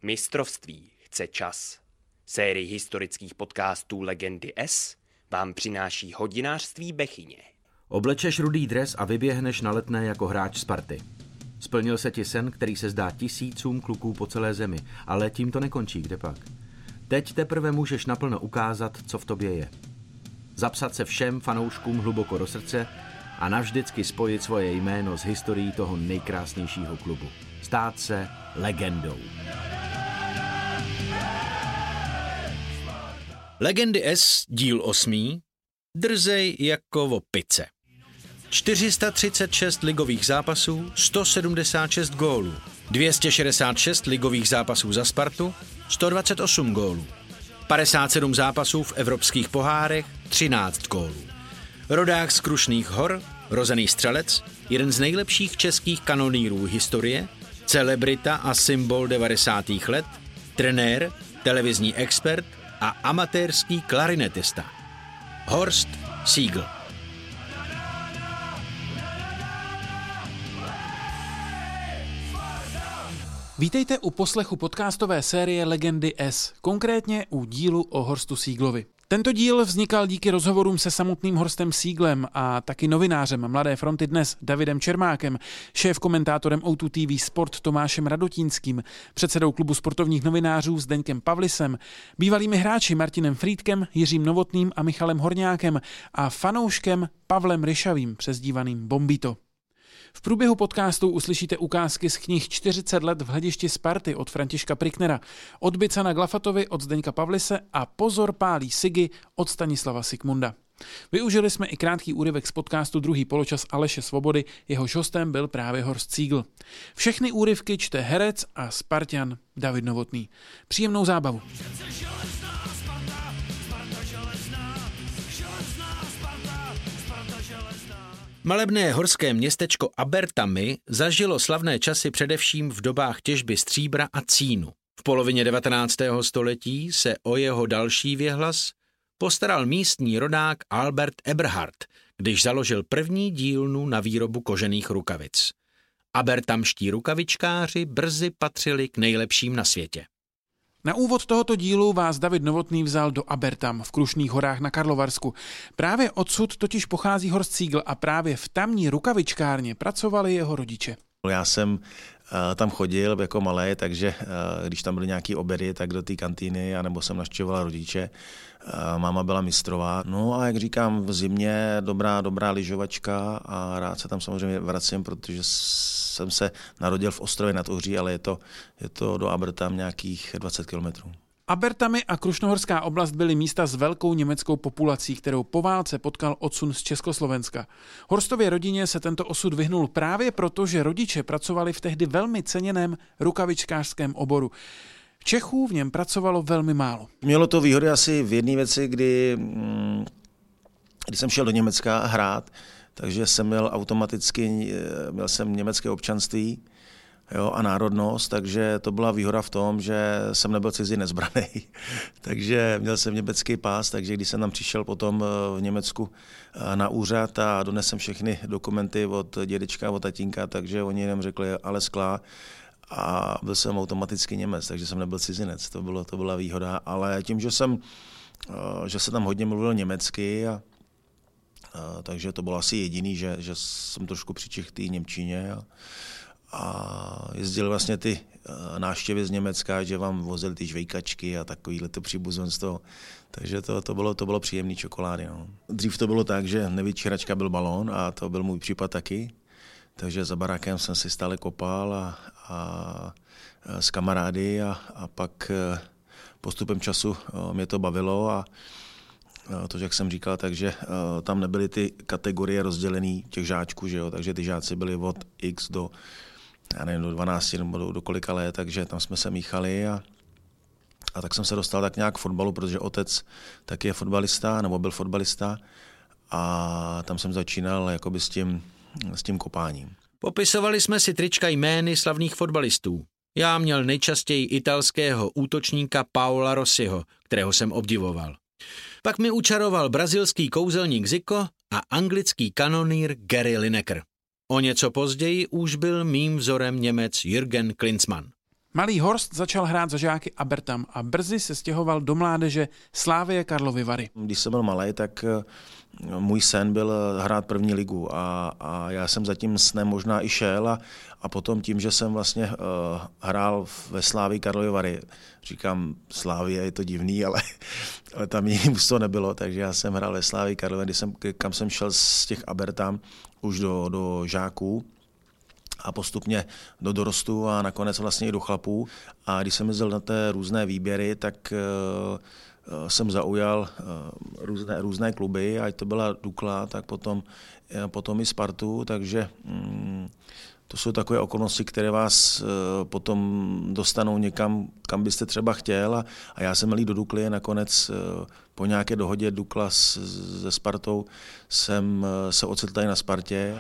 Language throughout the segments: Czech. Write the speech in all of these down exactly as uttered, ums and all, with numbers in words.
Mistrovství chce čas. Sérii historických podcastů Legendy S vám přináší hodinářství Bechyně. Oblečeš rudý dres a vyběhneš na Letné jako hráč Sparty. Splnil se ti sen, který se zdá tisícům kluků po celé zemi, ale tím to nekončí, kde pak. Teď teprve můžeš naplno ukázat, co v tobě je. Zapsat se všem fanouškům hluboko do srdce a navždycky spojit svoje jméno s historií toho nejkrásnějšího klubu. Stát se legendou. Legendy S, díl osmý. Drzej jako opice. čtyři sta třicet šest ligových zápasů, sto sedmdesát šest gólů. dvě stě šedesát šest ligových zápasů za Spartu, sto dvacet osm gólů. padesát sedm zápasů v evropských pohárech, třináct gólů. Rodák z Krušných hor, rozený střelec, jeden z nejlepších českých kanonýrů historie, celebrita a symbol devadesátých let, trenér, televizní expert a amatérský klarinetista. Horst Siegl. Vítejte u poslechu podcastové série Legendy S, konkrétně u dílu o Horstu Sieglovi. Tento díl vznikal díky rozhovorům se samotným Horstem Sieglem a taky novinářem Mladé fronty Dnes Davidem Čermákem, šéf-komentátorem O dva T V Sport Tomášem Radotínským, předsedou klubu sportovních novinářů Zdeňkem Pavlisem, bývalými hráči Martinem Frýdkem, Jiřím Novotným a Michalem Horňákem a fanouškem Pavlem Ryšavým, přezdívaným Bombito. V průběhu podcastu uslyšíte ukázky z knih čtyřicet let v hledišti Sparty od Františka Priknera, od Bicana Glafatovi od Zdeňka Pavlise a Pozor pálí Sigy od Stanislava Sikmunda. Využili jsme i krátký úryvek z podcastu Druhý poločas Aleše Svobody, jehož hostem byl právě Horst Siegl. Všechny úryvky čte herec a Spartan David Novotný. Příjemnou zábavu. Malebné horské městečko Abertamy zažilo slavné časy především v dobách těžby stříbra a cínu. V polovině devatenáctého století se o jeho další věhlas postaral místní rodák Albert Eberhard, když založil první dílnu na výrobu kožených rukavic. Abertamští rukavičkáři brzy patřili k nejlepším na světě. Na úvod tohoto dílu vás David Novotný vzal do Abertam v Krušných horách na Karlovarsku. Právě odsud totiž pochází Horst Siegl a právě v tamní rukavičkárně pracovali jeho rodiče. Já jsem uh, tam chodil jako malej, takže uh, když tam byly nějaký obědy, tak do té kantýny, anebo jsem navštěvoval rodiče. Uh, máma byla mistrová. No a jak říkám, v zimě dobrá, dobrá lyžovačka a rád se tam samozřejmě vracím, protože jsem se narodil v Ostrově nad Ohří, ale je to, je to do Abertam nějakých dvacet kilometrů. Abertamy a Krušnohorská oblast byly místa s velkou německou populací, kterou po válce potkal odsun z Československa. Horstově rodině se tento osud vyhnul právě proto, že rodiče pracovali v tehdy velmi ceněném rukavičkářském oboru. Čechů v něm pracovalo velmi málo. Mělo to výhody asi v jedné věci, kdy, kdy jsem šel do Německa hrát, takže jsem měl automaticky, měl jsem německé občanství, jo, a národnost, takže to byla výhoda v tom, že jsem nebyl cizí nezbranej. Takže měl jsem německý pás, takže když jsem tam přišel potom v Německu na úřad a donesl jsem všechny dokumenty od dědečka a od tatínka, takže oni jenom řekli, ale sklá, a byl jsem automaticky Němec, takže jsem nebyl cizinec, to, bylo, to byla výhoda, ale tím, že jsem, že se tam hodně mluvil německy, a, a, takže to bylo asi jediný, že, že jsem trošku přičich k té němčině. A, A jezdili vlastně ty návštěvy z Německa, že vám vozili ty žvejkačky a takovýhle to příbuzenstvo. Takže to, to bylo, to bylo příjemný čokolády. No. Dřív to bylo tak, že největší hračka byl balón a to byl můj případ taky. Takže za barákem jsem si stále kopal a, a, a s kamarády a, a pak postupem času mě to bavilo a to, jak jsem říkal, takže tam nebyly ty kategorie rozdělené těch žáčků, že jo? Takže ty žáci byli od X do, já nevím, do dvanácti nebo do, do kolika let, takže tam jsme se míchali a, a tak jsem se dostal tak nějak k fotbalu, protože otec taky je fotbalista, nebo byl fotbalista a tam jsem začínal jakoby s tím, s tím kopáním. Popisovali jsme si trička jmény slavných fotbalistů. Já měl nejčastěji italského útočníka Paola Rossiho, kterého jsem obdivoval. Pak mi učaroval brazilský kouzelník Zico a anglický kanonýr Gary Lineker. O něco později už byl mým vzorem Němec Jürgen Klinsmann. Malý Horst začal hrát za žáky Abertam a brzy se stěhoval do mládeže Slavie Karlovy Vary. Když jsem byl malý, tak můj sen byl hrát první ligu a, a já jsem za tím snem možná i šel a, a potom tím, že jsem vlastně uh, hrál ve Slavii Karlovy Vary, říkám Slavie, je to divný, ale, ale tam jiný mužstvo nebylo, takže já jsem hrál ve Slavii Karlovy, když jsem, kam jsem šel z těch Abertam už do, do žáků a postupně do dorostu a nakonec vlastně i do chlapů. A když jsem jezdil na té různé výběry, tak uh, jsem zaujal uh, různé, různé kluby, ať to byla Dukla, tak potom, uh, potom i Spartu, takže um, to jsou takové okolnosti, které vás uh, potom dostanou někam, kam byste třeba chtěl. A, a já jsem měl jít do Dukly, nakonec uh, po nějaké dohodě Dukla s, se Spartou jsem uh, se ocitl tady na Spartě.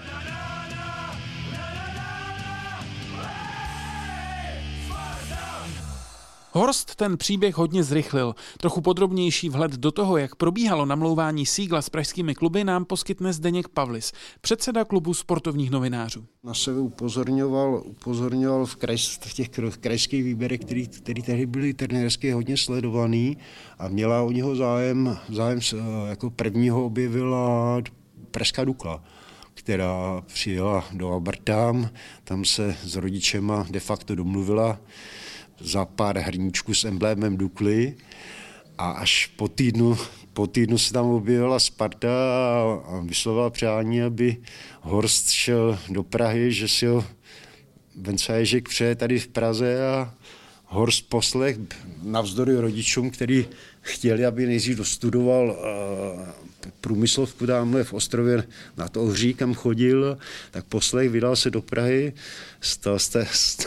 Horst ten příběh hodně zrychlil. Trochu podrobnější vhled do toho, jak probíhalo namlouvání Sígla s pražskými kluby, nám poskytne Zdeněk Pavlis, předseda klubu sportovních novinářů. Na sebe upozorňoval, upozorňoval v, kraj, v těch krajských výběrech, který, který tehdy byly trenérsky hodně sledovaný a měla o něho zájem, zájem jako prvního objevila pražská Dukla, která přijela do Abertam, tam se s rodičema de facto domluvila za pár hrníčků s emblémem Dukly a až po týdnu, po týdnu se tam objevila Sparta a vyslovila přání, aby Horst šel do Prahy, že si ho Venca Ježek přeje tady v Praze a Horst poslech navzdory rodičům, kteří chtěli, aby nejdřív dostudoval uh, průmyslovku tamhle v Ostrově nad Ohří, kam chodil, tak poslech vydal se do Prahy, stal jste,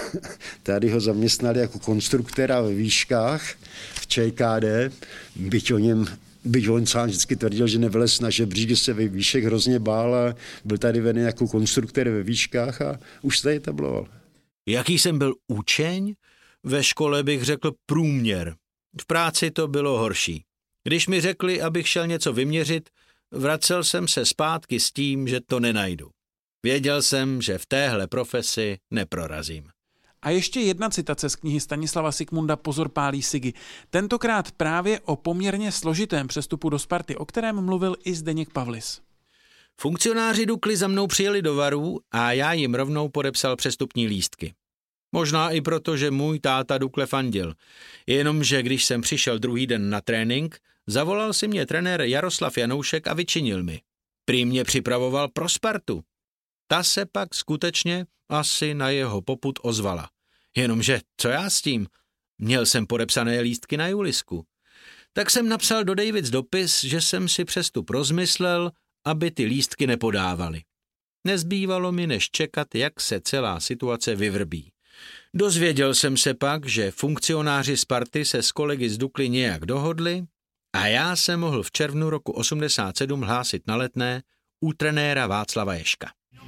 tady ho zaměstnali jako konstruktéra ve výškách v ČKD, byť o něm Byť on sám vždycky tvrdil, že nevylez na žebřík, že se ve výšek hrozně bál a byl tady vený jako konstruktér ve výškách a už se tady tabloval. Jaký jsem byl učeň? Ve škole bych řekl průměr. V práci to bylo horší. Když mi řekli, abych šel něco vyměřit, vracel jsem se zpátky s tím, že to nenajdu. Věděl jsem, že v téhle profesi neprorazím. A ještě jedna citace z knihy Stanislava Sikmunda Pozor pálí Sigy. Tentokrát právě o poměrně složitém přestupu do Sparty, o kterém mluvil i Zdeněk Pavlis. Funkcionáři Dukly za mnou přijeli do Varů a já jim rovnou podepsal přestupní lístky. Možná i proto, že můj táta Dukle fandil. Jenomže když jsem přišel druhý den na trénink, zavolal si mě trenér Jaroslav Janoušek a vyčinil mi. Prý mě připravoval pro Spartu. Ta se pak skutečně asi na jeho popud ozvala. Jenomže co já s tím? Měl jsem podepsané lístky na Julisku. Tak jsem napsal do Davids dopis, že jsem si přestup rozmyslel, aby ty lístky nepodávali. Nezbývalo mi než čekat, jak se celá situace vyvrbí. Dozvěděl jsem se pak, že funkcionáři Sparty se s kolegy z Dukly nějak dohodli a já se mohl v červnu roku osmdesát sedm hlásit na Letné u trenéra Václava Ježka.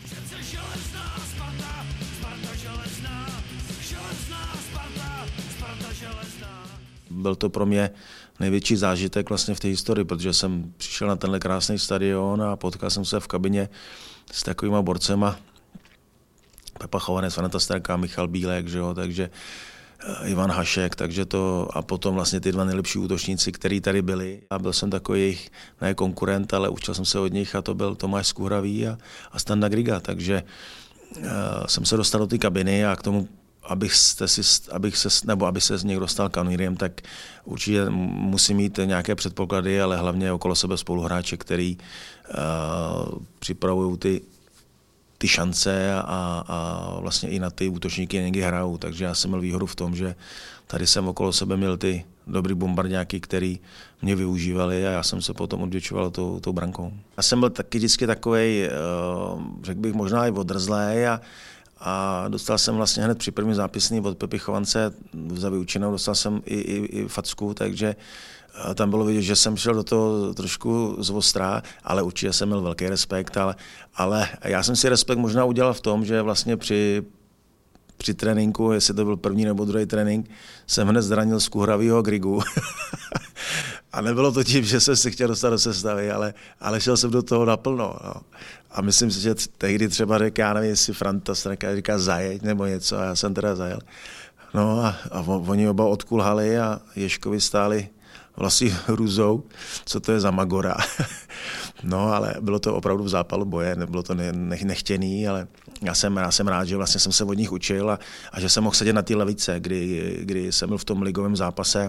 Byl to pro mě největší zážitek vlastně v té historii, protože jsem přišel na tenhle krásný stadion a potkal jsem se v kabině s takovýma borcema, Pepa Chovanec, Vaneta Starka, Michal Bílek, že jo, takže Ivan Hašek, takže to a potom vlastně ty dva nejlepší útočníci, kteří tady byli. A byl jsem takový jejich, ne konkurent, ale učil jsem se od nich a to byl Tomáš Skuhravý a, a Standa Griga, takže uh, jsem se dostal do té kabiny a k tomu abych, si, abych se, nebo aby se z něj dostal kanonýrem, tak určitě musí mít nějaké předpoklady, ale hlavně okolo sebe spoluhráče, který uh, připravují ty, ty šance a, a vlastně i na ty útočníky někdy hrajou. Takže já jsem měl výhodu v tom, že tady jsem okolo sebe měl ty dobrý bombardáky, který mě využívali a já jsem se potom odvětšoval tou, tou brankou. Já jsem byl taky vždycky takovej, uh, řekl bych možná i odrzlej a A dostal jsem vlastně hned při prvním zápisní od Pepy Chovance za vyučenou, dostal jsem i, i, i facku, takže tam bylo vidět, že jsem šel do toho trošku z ostrá, ale určitě jsem měl velký respekt, ale, ale já jsem si respekt možná udělal v tom, že vlastně při, při tréninku, jestli to byl první nebo druhý trénink, jsem hned zranil Skuhravýho Grigu. A nebylo to tím, že jsem se chtěl dostat do sestavy, ale, ale šel jsem do toho naplno. No. A myslím si, že tehdy třeba řekl, já nevím, jestli Franta Straka říká zajeď nebo něco, a já jsem teda zajel. No a, a oni oba odkulhali a Ježkovi stáli vlasy hrůzou, co to je za magora. No, ale bylo to opravdu v zápalu boje, nebylo to ne, ne, nechtěný, ale já jsem, já jsem rád, že vlastně jsem se od nich učil a, a že jsem mohl sedět na té levice, kdy, kdy jsem byl v tom ligovém zápase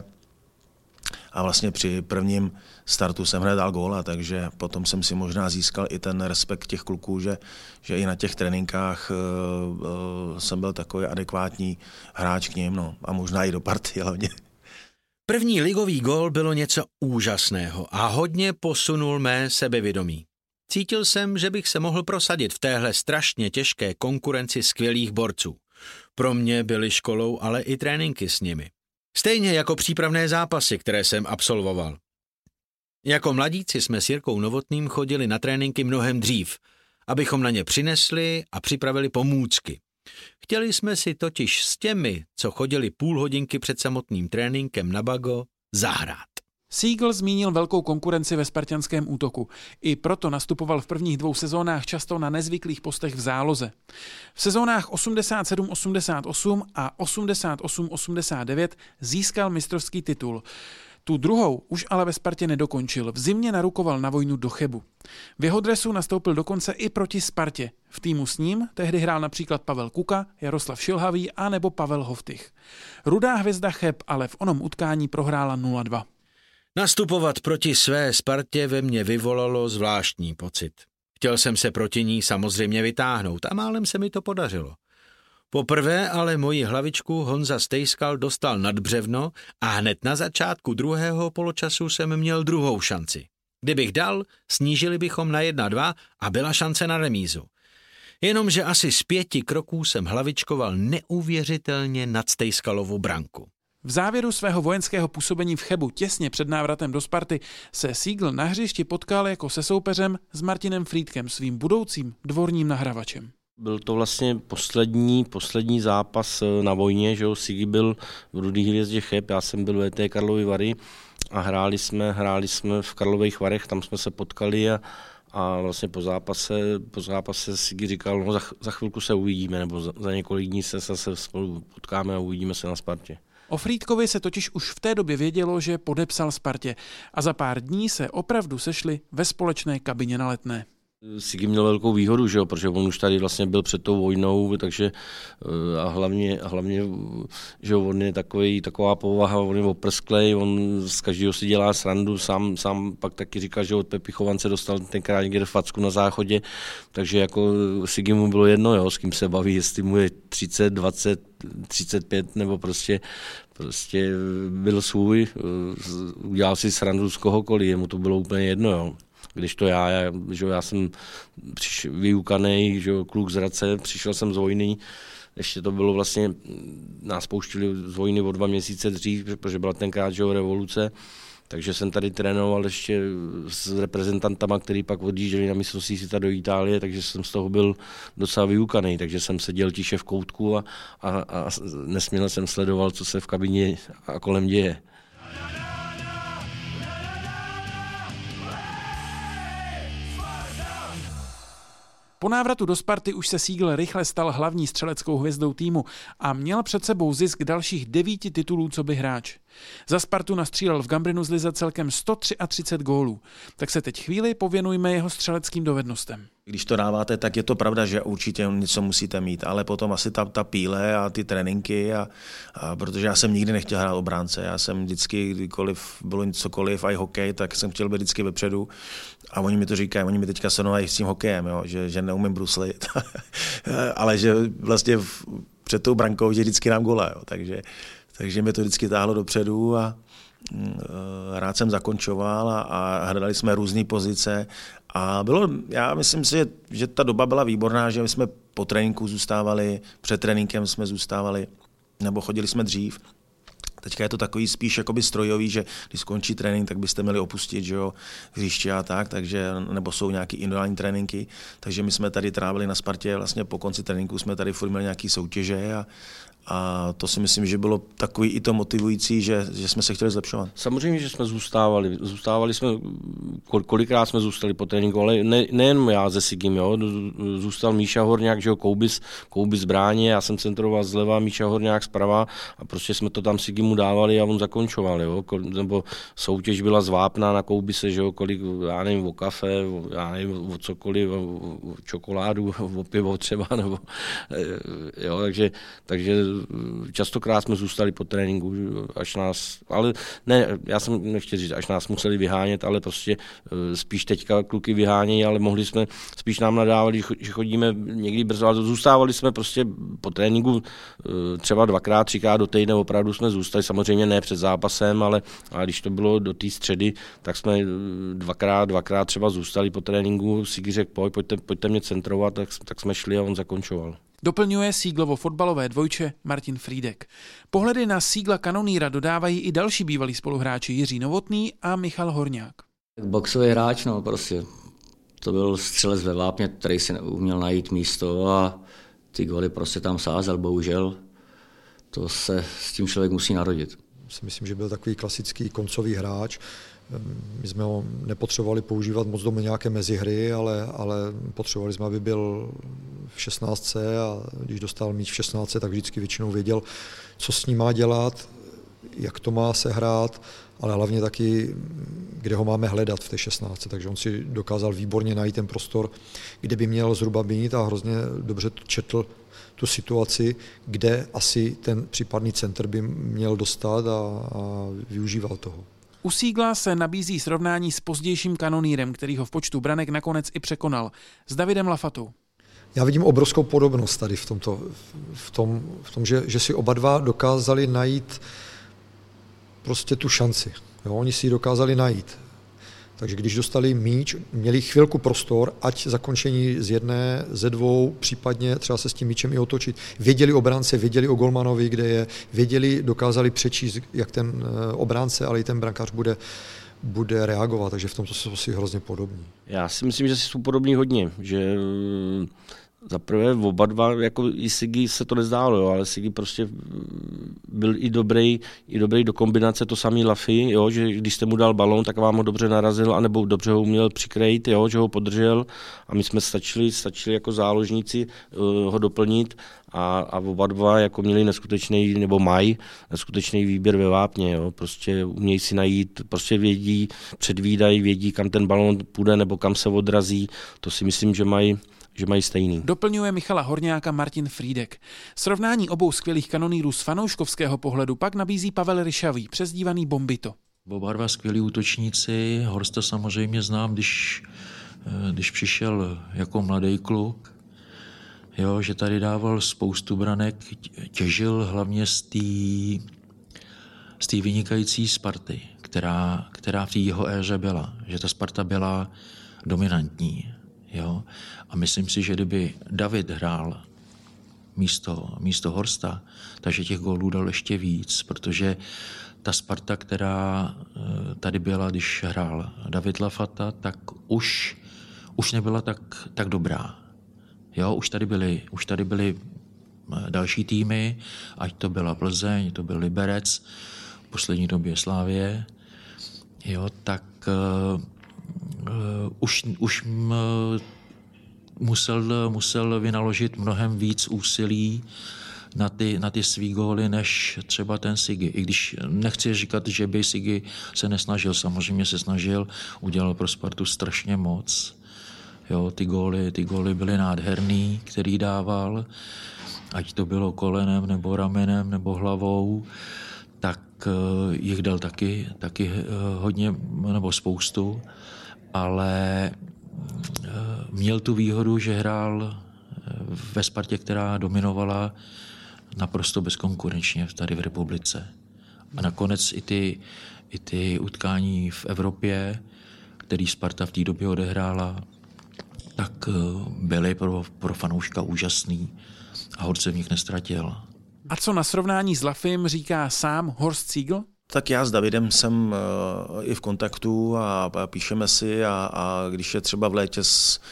a vlastně při prvním startu jsem hned dal góla, takže potom jsem si možná získal i ten respekt těch kluků, že, že i na těch tréninkách uh, uh, jsem byl takový adekvátní hráč k nim, no, a možná i do party hlavně. První ligový gól bylo něco úžasného a hodně posunul mé sebevědomí. Cítil jsem, že bych se mohl prosadit v téhle strašně těžké konkurenci skvělých borců. Pro mě byly školou, ale i tréninky s nimi. Stejně jako přípravné zápasy, které jsem absolvoval. Jako mladíci jsme s Jirkou Novotným chodili na tréninky mnohem dřív, abychom na ně přinesli a připravili pomůcky. Chtěli jsme si totiž s těmi, co chodili půl hodinky před samotným tréninkem na bago, zahrát. Siegl zmínil velkou konkurenci ve spartanském útoku. I proto nastupoval v prvních dvou sezónách často na nezvyklých postech v záloze. V sezónách osmdesát sedm osmdesát osm a osmdesát osm osmdesát devět získal mistrovský titul. Tu druhou už ale ve Spartě nedokončil. V zimě narukoval na vojnu do Chebu. V jeho dresu nastoupil dokonce i proti Spartě. V týmu s ním tehdy hrál například Pavel Kuka, Jaroslav Šilhavý a nebo Pavel Hoftych. Rudá hvězda Cheb ale v onom utkání prohrála nula dva. Nastupovat proti své Spartě ve mně vyvolalo zvláštní pocit. Chtěl jsem se proti ní samozřejmě vytáhnout a málem se mi to podařilo. Poprvé ale moji hlavičku Honza Stejskal dostal nad břevno a hned na začátku druhého poločasu jsem měl druhou šanci. Kdybych dal, snížili bychom na jedna dva a byla šance na remízu. Jenomže asi z pěti kroků jsem hlavičkoval neuvěřitelně nad Stejskalovu branku. V závěru svého vojenského působení v Chebu těsně před návratem do Sparty se Siegl na hřišti potkal jako se soupeřem s Martinem Frýdkem, svým budoucím dvorním nahravačem. Byl to vlastně poslední, poslední zápas na vojně, že jo, Sigi byl v Rudý hvězdě Cheb, já jsem byl v V T Karlovy Vary a hráli jsme, hráli jsme v Karlových Varech, tam jsme se potkali a, a vlastně po zápase, po zápase Sigi říkal, no za, za chvilku se uvidíme, nebo za, za několik dní se zase spolu potkáme a uvidíme se na Spartě. O Frýdkovi se totiž už v té době vědělo, že podepsal Spartě a za pár dní se opravdu sešli ve společné kabině na Letné. Sigi měl velkou výhodu, že jo, protože on už tady vlastně byl před tou vojnou, takže a hlavně, a hlavně že jo, on je takový, taková povaha, on je oprsklej, on z každého si dělá srandu, sám, sám pak taky říkal, že od Pepi Chovance dostal tenkrát někde facku na záchodě, takže jako Sigi mu bylo jedno, jo, s kým se baví, jestli mu je třicet, dvacet, třicet pět, nebo prostě, prostě byl svůj, udělal si srandu z kohokoliv, jemu to bylo úplně jedno, jo. Když to já, já, že já jsem přišel, vyukanej, že kluk z Hradce, přišel jsem z vojny, ještě to bylo vlastně, nás pouštili z vojny o dva měsíce dřív, protože byla tenkrát, že revoluce, takže jsem tady trénoval ještě s reprezentantama, který pak odjížděli na mistrovství světa do Itálie, takže jsem z toho byl docela vyukanej, takže jsem seděl tiše v koutku a, a, a nesměle jsem sledoval, co se v kabině a kolem děje. Po návratu do Sparty už se Siegl rychle stal hlavní střeleckou hvězdou týmu a měl před sebou zisk dalších devíti titulů coby hráč. Za Spartu nastřílel v Gambrinus lize celkem sto třicet tři gólů. Tak se teď chvíli pověnujme jeho střeleckým dovednostem. Když to dáváte, tak je to pravda, že určitě něco musíte mít, ale potom asi ta, ta píle a ty tréninky, a, a protože já jsem nikdy nechtěl hrát obránce, já jsem vždycky, kdykoliv bylo cokoliv, a i hokej, tak jsem chtěl být vždycky vepředu a oni mi to říkají, oni mi teďka srovnají s tím hokejem, jo, že, že neumím bruslit, ale že vlastně v, před tou brankou že vždycky dám gola, jo, takže, takže mě to vždycky táhlo dopředu a rád jsem zakončoval a, a hledali jsme různé pozice a bylo, já myslím si, že ta doba byla výborná, že my jsme po tréninku zůstávali, před tréninkem jsme zůstávali, nebo chodili jsme dřív. Teďka je to takový spíš jakoby strojový, že když skončí trénink, tak byste měli opustit, že jo, hřiště a tak, takže, nebo jsou nějaký individuální tréninky, takže my jsme tady trávili na Spartě, vlastně po konci tréninku jsme tady furt měli nějaký soutěže a, A to si myslím, že bylo takový i to motivující, že, že jsme se chtěli zlepšovat. Samozřejmě, že jsme zůstávali. Zůstávali jsme, kolikrát jsme zůstali po tréninku, ale ne, nejen já ze Sigim, jo. Zůstal Míša Horňák, že jo, Koubis, Koubis bráně, já jsem centroval zleva, Míša Horňák zprava a prostě jsme to tam Sigimu dávali a on zakončoval, jo. Nebo soutěž byla zvápná na Koubise, že jo, kolik, já nevím, o kafe, já nevím, o cokoliv, o čokoládu, o pivo třeba, nebo, jo, takže, takže častokrát jsme zůstali po tréninku, až nás, ale ne, já jsem nechtěl říct, až nás museli vyhánět, ale prostě spíš teďka kluky vyhánějí, ale mohli jsme, spíš nám nadávali, že chodíme někdy brzo, ale zůstávali jsme prostě po tréninku třeba dvakrát, třikrát do týdne, opravdu jsme zůstali, samozřejmě ne před zápasem, ale, ale když to bylo do té středy, tak jsme dvakrát, dvakrát třeba zůstali po tréninku, Sigi řekl, pojď, pojďte, pojďte mě centrovat, tak, tak jsme šli a on zakončoval. Doplňuje Síglovo fotbalové dvojče Martin Frýdek. Pohledy na Sígla kanonýra dodávají i další bývalí spoluhráči Jiří Novotný a Michal Horňák. Boxový hráč, no prostě. To byl střelec ve vápně, který si uměl najít místo a ty góly prostě tam sázel, bohužel. To se s tím člověk musí narodit. Si myslím, že byl takový klasický koncový hráč. My jsme ho nepotřebovali používat moc do nějaké mezihry, ale, ale potřebovali jsme, aby byl v šestnáctce a když dostal míč v šestnáctce, tak vždycky většinou věděl, co s ním má dělat, jak to má sehrát, ale hlavně taky, kde ho máme hledat v té šestnáctce. Takže on si dokázal výborně najít ten prostor, kde by měl zhruba být a hrozně dobře četl tu situaci, kde asi ten případný center by měl dostat a, a využíval toho. U Sígla se nabízí srovnání s pozdějším kanonýrem, který ho v počtu branek nakonec i překonal, s Davidem Lafatou. Já vidím obrovskou podobnost tady v, tomto, v tom, v tom že, že si oba dva dokázali najít prostě tu šanci. Jo, oni si ji dokázali najít. Takže když dostali míč, měli chvilku prostor, ať zakončení z jedné, ze dvou, případně třeba se s tím míčem i otočit. Věděli obránce, věděli o golmanovi, kde je, věděli, dokázali přečíst, jak ten obránce, ale i ten brankář bude, bude reagovat, takže v tomto jsou si hrozně podobní. Já si myslím, že si jsou podobní hodně, že zaprvé oba dva, jako i Sigi se to nezdálo, jo, ale Sigi prostě byl i dobrý, i dobrý do kombinace, to samý Lafy, jo, že když jste mu dal balón, tak vám ho dobře narazil, anebo dobře ho uměl přikrejt, jo, že ho podržel a my jsme stačili, stačili jako záložníci uh, ho doplnit a, a oba dva jako měli neskutečný, nebo mají neskutečný výběr ve vápně, jo, prostě umějí si najít, prostě vědí, předvídají, vědí, kam ten balón půjde nebo kam se odrazí, to si myslím, že mají že mají stejný. Doplňuje Michala Horňáka Martin Frýdek. Srovnání obou skvělých kanonýrů z fanouškovského pohledu pak nabízí Pavel Ryšavý, přezdívaný Bombito. Oba dva skvělí útočníci, Horsta samozřejmě znám, když, když přišel jako mladý kluk, jo, že tady dával spoustu branek, těžil hlavně z té z té vynikající Sparty, která, která v té jeho éře byla, že ta Sparta byla dominantní. Jo? A myslím si, že kdyby David hrál místo, místo Horsta, takže těch gólů dal ještě víc, protože ta Sparta, která tady byla, když hrál David Lafata, tak už, už nebyla tak, tak dobrá. Jo? Už tady byly, už tady byly další týmy, ať to byla Plzeň, to byl Liberec, v poslední době Slávie, jo? tak Uh, už, už m, musel, musel vynaložit mnohem víc úsilí na ty, na ty svý góly, než třeba ten Sigi. I když nechci říkat, že by Sigi se nesnažil, samozřejmě se snažil, udělal pro Spartu strašně moc. Jo, ty góly, ty góly byly nádherný, který dával, ať to bylo kolenem, nebo ramenem, nebo hlavou, tak uh, jich dal taky, taky uh, hodně, nebo spoustu. Ale měl tu výhodu, že hrál ve Spartě, která dominovala naprosto bezkonkurenčně tady v republice. A nakonec i ty, i ty utkání v Evropě, který Sparta v té době odehrála, tak byly pro, pro fanouška úžasný a Horst se v nich nestratil. A co na srovnání s Lafim říká sám Horst Siegl? Tak já s Davidem jsem uh, i v kontaktu a, a píšeme si a, a když je třeba v létě s,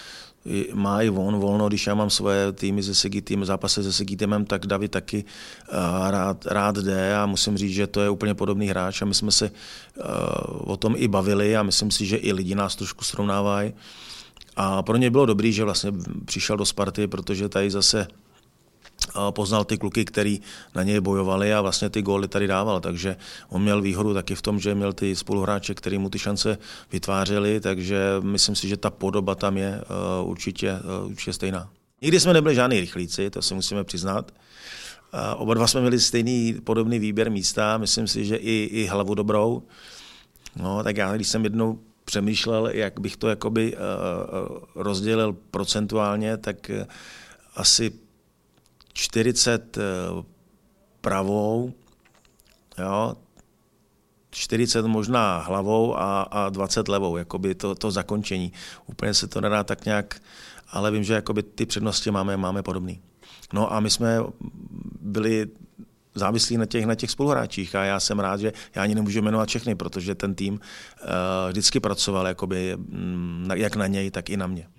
má i on volno, když já mám svoje týmy se Sigitým, zápasy se Sigitemem, tak David taky rád, rád jde a musím říct, že to je úplně podobný hráč a my jsme se o tom i bavili a myslím si, že i lidi nás trošku srovnávají. A pro ně bylo dobrý, že vlastně přišel do Sparty, protože tady zase poznal ty kluky, který na něj bojovali a vlastně ty góly tady dával, takže on měl výhodu taky v tom, že měl ty spoluhráče, který mu ty šance vytvářeli, takže myslím si, že ta podoba tam je uh, určitě, uh, určitě stejná. Nikdy jsme nebyli žádný rychlíci, to si musíme přiznat. Uh, oba dva jsme měli stejný podobný výběr místa, myslím si, že i, i hlavu dobrou. No, tak já, když jsem jednou přemýšlel, jak bych to jakoby uh, rozdělil procentuálně, tak uh, asi čtyřicet pravou, jo, čtyřicet možná hlavou a, a dvacet levou, jakoby to, to zakončení. Úplně se to nedá tak nějak, ale vím, že jakoby ty přednosti máme, máme podobný. No a my jsme byli závislí na těch, na těch spoluhráčích a já jsem rád, že já ani nemůžu jmenovat všechny, protože ten tým uh, vždycky pracoval jakoby, m, jak na něj, tak i na mě.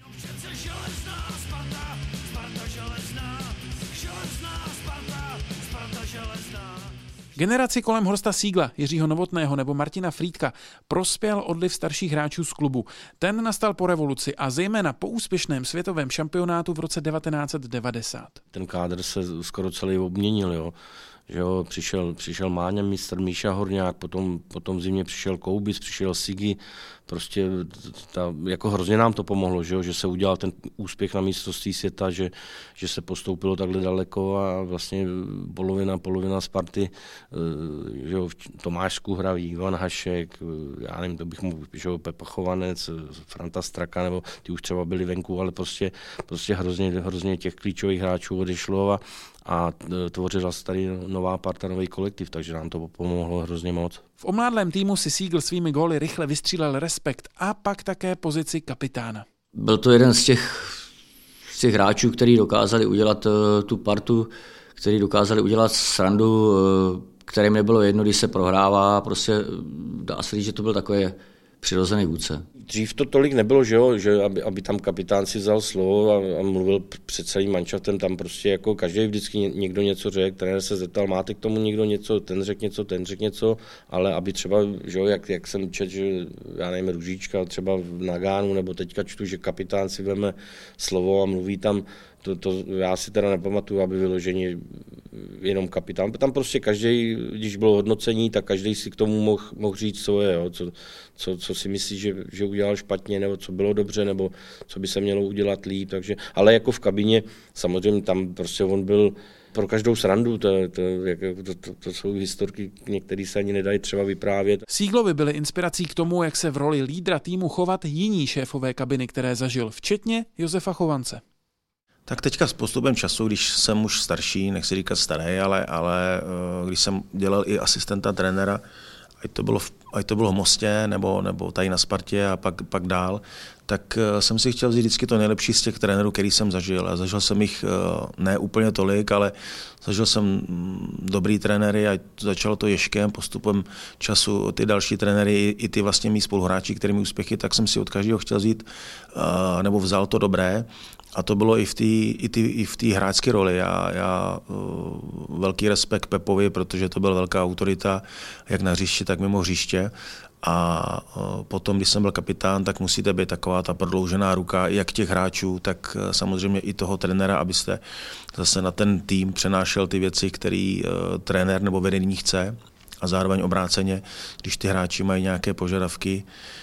Generaci kolem Horsta Siegla, Jiřího Novotného nebo Martina Frýdka prospěl odliv starších hráčů z klubu. Ten nastal po revoluci a zejména po úspěšném světovém šampionátu v roce devatenáct set devadesát. Ten kádr se skoro celý obměnil, jo. Že jo, přišel, přišel Máňa mistr, Míša Horňák, potom, potom v zimě přišel Koubis, přišel Sigi, prostě ta, jako hrozně nám to pomohlo, že, jo, že se udělal ten úspěch na mistrovství světa, že, že se postoupilo takhle daleko a vlastně polovina, polovina Sparty, že jo, Tomáš Skuhravý, Ivan Hašek, já nevím, to bych mohl, že jo, Pepa Chovanec, Franta Straka, nebo ty už třeba byli venku, ale prostě, prostě hrozně, hrozně těch klíčových hráčů odešlo a a tvořila se tady nová parta, nový kolektiv, takže nám to pomohlo hrozně moc. V omládlém týmu si Siegl svými góly rychle vystřílel respekt a pak také pozici kapitána. Byl to jeden z těch, z těch hráčů, kteří dokázali udělat uh, tu partu, kteří dokázali udělat srandu, uh, kterým nebylo jedno, když se prohrává, prostě dá se říct, že to byl takový přirozený vůdce. Dřív to tolik nebylo, že, jo? Že aby, aby tam kapitán si vzal slovo a, a mluvil před celým manšaftem, tam prostě jako každý vždycky někdo něco řekl, trenér se zeptal, máte k tomu někdo něco, ten řekl něco, ten řekl něco, ale aby třeba, že jo, jak, jak jsem četl, že já nevím, Růžička třeba v Nagánu, nebo teďka čtu, že kapitán si veme slovo a mluví tam, to, to já si teda nepamatuju, aby vyložení jenom kapitán. Tam prostě každý, když bylo hodnocení, tak každý si k tomu mohl, mohl říct svoje, jo, co, co, co si myslí, že, že udělal špatně, nebo co bylo dobře, nebo co by se mělo udělat líp. Takže, ale jako v kabině, samozřejmě tam prostě on byl pro každou srandu, to, to, to, to, to jsou historky, některé se ani nedají třeba vyprávět. Sieglovi byly inspirací k tomu, jak se v roli lídra týmu chovat jiní šéfové kabiny, které zažil, včetně Josefa Chovance. Tak teďka s postupem času, když jsem už starší, nechci říkat starý, ale, ale když jsem dělal i asistenta trenéra, ať to bylo v, ať to bylo v Mostě nebo, nebo tady na Spartě a pak, pak dál, tak jsem si chtěl vzít vždycky to nejlepší z těch trenérů, který jsem zažil. A zažil jsem jich ne úplně tolik, ale zažil jsem dobrý trenéry a začalo to Ježkem, postupem času ty další trenéry i ty vlastně mý spoluhráči, kterými úspěchy, tak jsem si od každého chtěl vzít nebo vzal to dobré. A to bylo i v té i ty, i v té hráčské roli. Já, já uh, velký respekt Pepovi, protože to byl velká autorita, jak na hřišti, tak mimo hřiště. A uh, potom, když jsem byl kapitán, tak musíte být taková ta prodloužená ruka, jak těch hráčů, tak uh, samozřejmě i toho trenéra, abyste zase na ten tým přenášel ty věci, které uh, trenér nebo vedení chce. A zároveň obráceně, když ty hráči mají nějaké požadavky,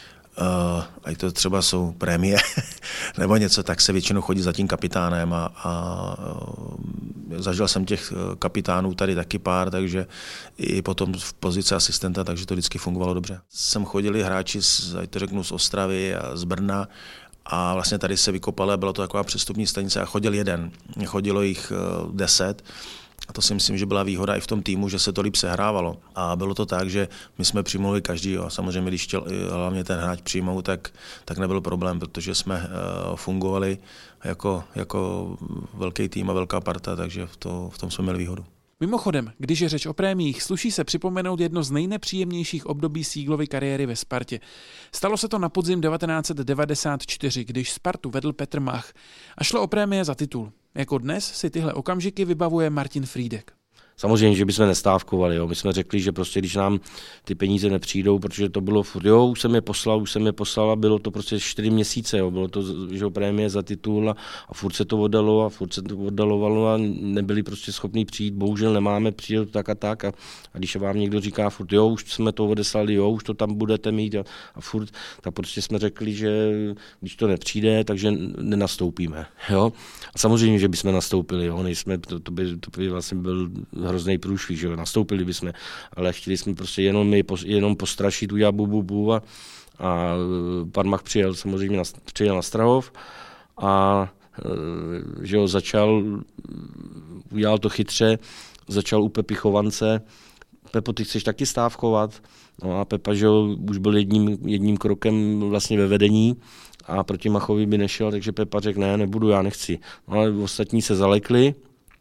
Uh, ať to třeba jsou prémie nebo něco, tak se většinou chodí za tím kapitánem a, a uh, zažil jsem těch kapitánů tady taky pár, takže i potom v pozici asistenta, takže to vždycky fungovalo dobře. Sem chodili hráči, z, ať to řeknu, z Ostravy a z Brna a vlastně tady se vykopali, byla to taková přestupní stanice a chodil jeden, chodilo jich uh, deset. A to si myslím, že byla výhoda i v tom týmu, že se to líp sehrávalo. A bylo to tak, že my jsme přijmuli každý. A samozřejmě, když chtěl hlavně ten hráč přijmout, tak, tak nebyl problém, protože jsme uh, fungovali jako, jako velký tým a velká parta, takže v, to, v tom jsme měli výhodu. Mimochodem, když je řeč o prémiích, sluší se připomenout jedno z nejnepříjemnějších období Síglovy kariéry ve Spartě. Stalo se to na podzim devatenáct set devadesát čtyři, když Spartu vedl Petr Mach a šlo o prémie za titul. Jako dnes si tyhle okamžiky vybavuje Martin Frýdek. Samozřejmě, že bychom nestávkovali. Jo. My jsme řekli, že prostě když nám ty peníze nepřijdou, protože to bylo furt, jo, už jsem je poslal, už jsem je poslal a bylo to prostě čtyři měsíce, jo. Bylo to, že prémie za titul a, a furt se to oddalo a furt se to oddalovalo a nebyli prostě schopní přijít, bohužel nemáme, přijít tak a tak a, a když vám někdo říká furt, jo, už jsme to odeslali, jo, už to tam budete mít a, a furt, tak prostě jsme řekli, že když to nepřijde, takže nenastoupíme, jo. A samozřejmě, že bychom nastoupili, jo, nejsme, to, to, by, to by vlastně byl hrozný průšvih, že nastoupili bychom, ale chtěli jsme prostě jenom, jenom postrašit, udělat bu, bu, bu a, a pan Mach přijel samozřejmě na, přijel na Strahov a že ho začal, udělal to chytře, začal u Pepy Chovance, Pepo, ty chceš taky stávkovat? No a Pepa, že už byl jedním, jedním krokem vlastně ve vedení a proti Machovi by nešel, takže Pepa řekl, ne, nebudu, já nechci. No ale ostatní se zalekli,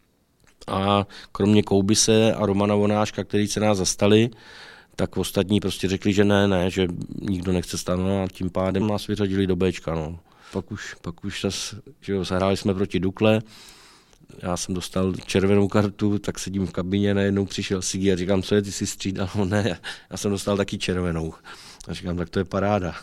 a kromě Koubise a Romana Vonáška, který se nás zastali, tak ostatní prostě řekli, že ne, ne, že nikdo nechce stanout a tím pádem nás vyřadili do Bčka. No. Pak už, pak už zas, že jo, zahráli jsme proti Dukle, já jsem dostal červenou kartu, tak sedím v kabině, najednou přišel Sigi a říkám, co je, ty jsi střídal? No ne, já jsem dostal taky červenou. A říkám, tak to je paráda.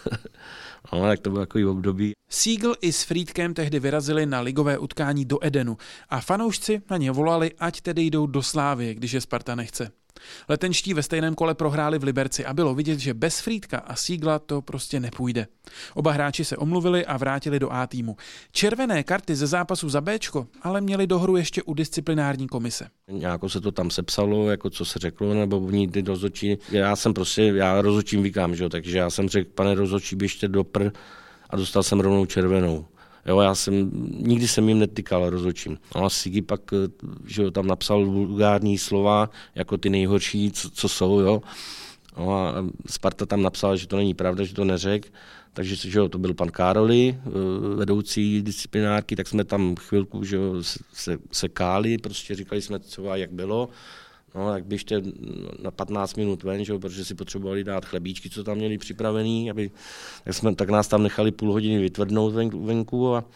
No, tak to bylo takový období. Sígl i s Frýdkem tehdy vyrazili na ligové utkání do Edenu a fanoušci na ně volali, ať tedy jdou do Slávie, když je Sparta nechce. Letenští ve stejném kole prohráli v Liberci a bylo vidět, že bez Frýdka a Sígla to prostě nepůjde. Oba hráči se omluvili a vrátili do A týmu. Červené karty ze zápasu za Bčko ale měli dohru ještě u disciplinární komise. Nějako se to tam sepsalo, jako co se řeklo, nebo oni ty rozhodčí, já jsem prostě, já rozhodčím vykám, že jo, takže já jsem řekl, pane rozhodčí, běžte do pr a dostal jsem rovnou červenou. Jo, já jsem, nikdy jsem jim netykal rozhodčím. No a Sigi pak, že jo, tam napsal vulgární slova, jako ty nejhorší, co, co jsou, jo. No a Sparta tam napsala, že to není pravda, že to neřekl, takže že jo, to byl pan Károli, vedoucí disciplinárky, tak jsme tam chvilku, že jo, se, se káli, prostě říkali jsme, co a jak bylo. No, tak běžte na patnáct minut ven, že jo, protože si potřebovali dát chlebíčky, co tam měli připravený, aby, tak, jsme, tak nás tam nechali půl hodiny vytvrdnout ven, venku a,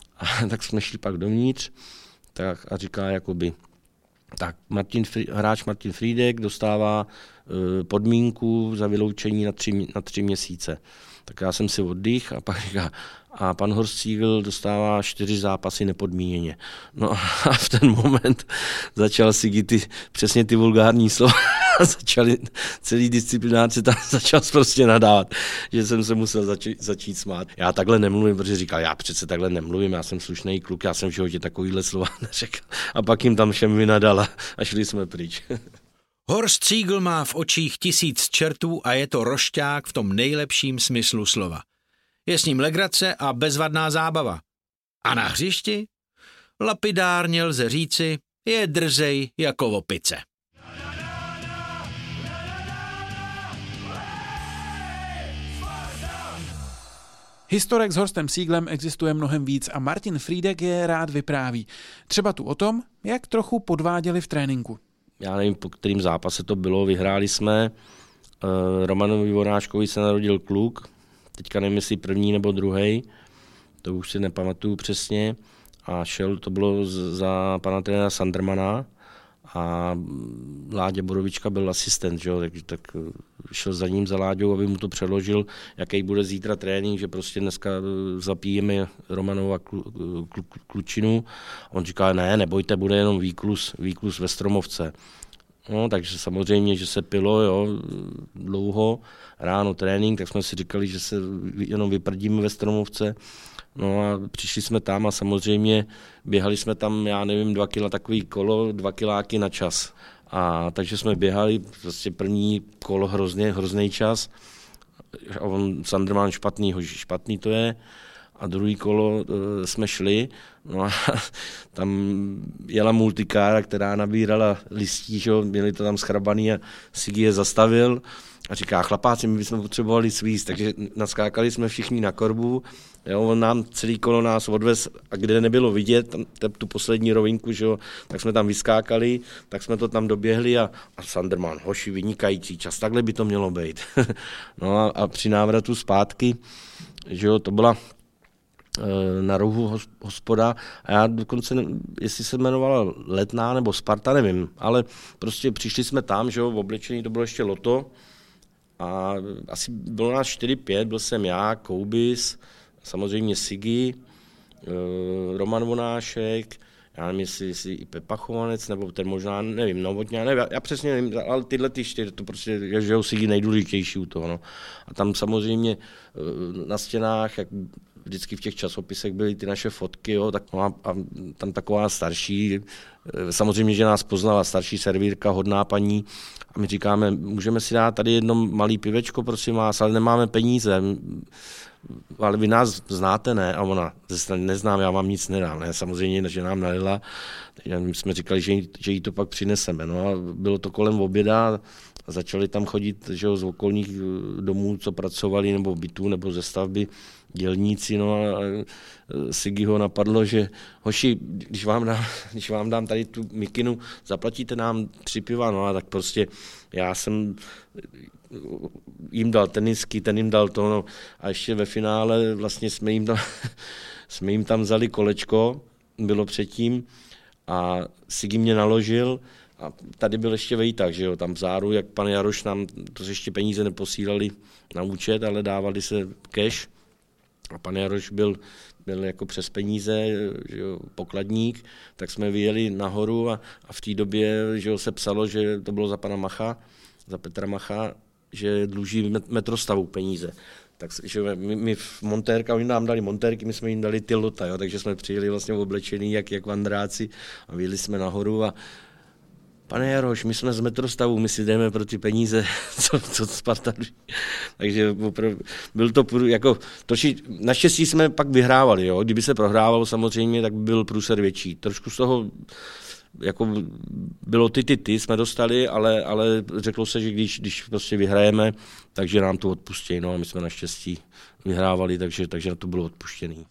a tak jsme šli pak dovnitř tak, a říká jakoby, tak Martin, hráč Martin Frýdek dostává e, podmínku za vyloučení na tři, na tři měsíce. Tak já jsem si oddych a pak říká, a pan Horst Sígl dostává čtyři zápasy nepodmíněně. No a v ten moment začal Sigi ty, přesně ty vulgární slova a začali, celý disciplinárce tam začal prostě nadávat, že jsem se musel začít, začít smát. Já takhle nemluvím, protože říkal, já přece takhle nemluvím, já jsem slušný kluk, já jsem v životě takovýhle slova neřekl. A pak jim tam všem vynadala a šli jsme pryč. Horst Sígl má v očích tisíc čertů a je to rošťák v tom nejlepším smyslu slova. Je s ním legrace a bezvadná zábava. A na hřišti? Lapidárně lze říci, je drzej jako opice. Historek s Horstem Síglem existuje mnohem víc a Martin Frýdek je rád vypráví. Třeba tu o tom, jak trochu podváděli v tréninku. Já nevím, po kterým zápase to bylo, vyhráli jsme, uh, Romanovi Vonáškovi se narodil kluk, teďka nevím, jestli první nebo druhý, to už si nepamatuju přesně, a šel, to bylo za pana trenéra Sandermana a Láďa Borovička byl asistent, že jo, tak, tak šel za ním, za Láďou, aby mu to přeložil, jaký bude zítra trénink, že prostě dneska zapíjeme Romanova klu, klu, klučinu. On říká, ne, nebojte, bude jenom výklus, výklus ve Stromovce. No, takže samozřejmě, že se pilo, jo, dlouho, ráno trénink, tak jsme si říkali, že se jenom vyprdíme ve Stromovce. No a přišli jsme tam a samozřejmě běhali jsme tam, já nevím, dva kila takový kolo, dva kiláky na čas. A takže jsme běhali, prostě první kolo hrozně, hrozný čas. A on, Sanderman špatný, špatný to je. a druhý kolo e, jsme šli, no a tam jela multikára, která nabírala listí, že měli to tam schrabaný a Sigi je zastavil a říká, chlapáci, my bychom potřebovali svízt, takže naskákali jsme všichni na korbu, jo, on nám celý kolo nás odvez a kde nebylo vidět, tam, tu poslední rovinku, že jo, tak jsme tam vyskákali, tak jsme to tam doběhli a, a Sanderman, hoši, vynikající čas, takhle by to mělo být. No a, a při návratu zpátky, že jo, to byla na rohu hospoda a já dokonce, jestli se jmenovala Letná nebo Sparta, nevím, ale prostě přišli jsme tam, že jo, v oblečení to bylo ještě Loto a asi bylo nás čtyři pět, byl jsem já, Koubis, samozřejmě Sigi, Roman Vonášek, já nevím, jestli, jestli i Pepa Chovanec, nebo ten možná, nevím, Novotňa, nevím, já přesně nevím, ale tyhle ty čtyři, to prostě je, že Sigi nejdůležitější u toho, no. A tam samozřejmě na stěnách, jak vždycky v těch časopisech byly ty naše fotky, jo, tak, no a, a tam taková starší, samozřejmě, že nás poznala starší servírka, hodná paní, a my říkáme, můžeme si dát tady jedno malý pivečko, prosím vás, ale nemáme peníze, ale vy nás znáte, ne? A ona, neznám, já vám nic nedám, ne? Samozřejmě, že nám nalila, takže my jsme říkali, že, že jí to pak přineseme, no a bylo to kolem oběda, a začali tam chodit, že jo, z okolních domů, co pracovali, nebo bytů, nebo ze stavby, dělníci, no a Sigiho napadlo, že hoši, když vám, dám, když vám dám tady tu mikinu, zaplatíte nám tři piva, no a tak prostě já jsem jim dal tenisky, ten jim dal to, no a ještě ve finále vlastně jsme jim, dal, jsme jim tam vzali kolečko, bylo předtím a Sigi mě naložil a tady byl ještě vejtak, že jo, tam v záru, jak pan Jaroš nám, to ještě peníze neposílali na účet, ale dávali se cash. A pan Jaroš byl, byl jako přes peníze, že jo, pokladník, tak jsme vyjeli nahoru a, a v té době, že jo, se psalo, že to bylo za pana Macha, za Petra Macha, že dluží metrostavu peníze. Takže my, my v montérka, oni nám dali montérky, my jsme jim dali ty lota, jo, takže jsme přijeli vlastně oblečený jak, jak vandráci a vyjeli jsme nahoru a pane Jaroš, my jsme z metrostavu, my si jdeme pro ty peníze, co, co Sparta. Takže opravdu, byl to jako, toči, naštěstí jsme pak vyhrávali, jo. Kdyby se prohrávalo samozřejmě, tak by byl průser větší. Trošku z toho, jako bylo ty, ty, ty jsme dostali, ale, ale řeklo se, že když, když prostě vyhrajeme, takže nám to odpustí, no a my jsme naštěstí vyhrávali, takže, takže na to bylo odpuštěný.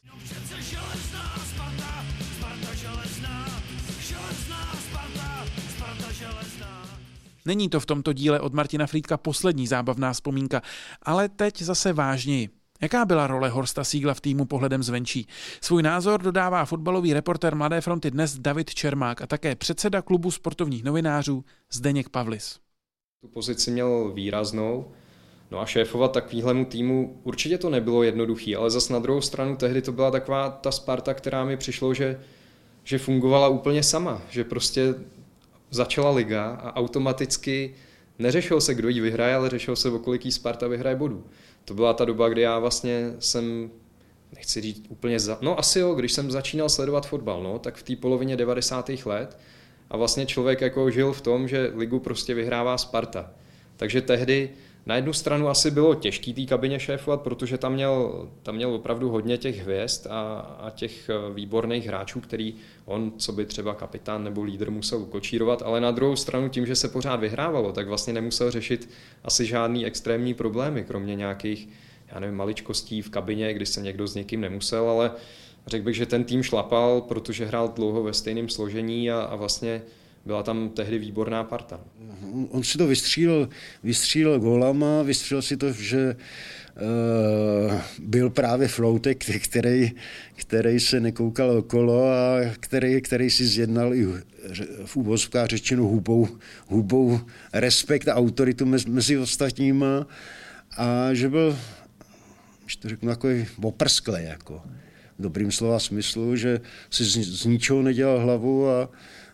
Není to v tomto díle od Martina Frýdka poslední zábavná vzpomínka, ale teď zase vážněji. Jaká byla role Horsta Siegla v týmu pohledem zvenčí? Svůj názor dodává fotbalový reportér Mladé fronty Dnes David Čermák a také předseda klubu sportovních novinářů Zdeněk Pavlis. Tu pozici měl výraznou, no a šéfovat takovýhlemu týmu určitě to nebylo jednoduchý, ale zas na druhou stranu tehdy to byla taková ta Sparta, která mi přišlo, že, že fungovala úplně sama, že prostě začala liga a automaticky neřešil se, kdo ji vyhraje, ale řešil se, o kolik jí Sparta vyhraje bodů. To byla ta doba, kdy já vlastně jsem, nechci říct úplně, za, no asi jo, když jsem začínal sledovat fotbal, no, tak v té polovině devadesátých let a vlastně člověk jako žil v tom, že ligu prostě vyhrává Sparta. Takže tehdy na jednu stranu asi bylo těžký té kabině šéfovat, protože tam měl, tam měl opravdu hodně těch hvězd a, a těch výborných hráčů, který on, co by třeba kapitán nebo lídr, musel ukočírovat, ale na druhou stranu tím, že se pořád vyhrávalo, tak vlastně nemusel řešit asi žádný extrémní problémy, kromě nějakých, já nevím, maličkostí v kabině, kdy se někdo s někým nemusel, ale řekl bych, že ten tým šlapal, protože hrál dlouho ve stejném složení a, a vlastně byla tam tehdy výborná parta. On si to vystřílel, vystřílel gólama, vystřílel si to, že uh, byl právě Floutek, který, který se nekoukal okolo a který, který si zjednal i v úvozovkách řečeno hubou, hubou respekt a autoritu mezi, mezi ostatníma a že byl, že to řeknu, takový oprsklej, jako v dobrým slova smyslu, že si z, z ničeho nedělal hlavu a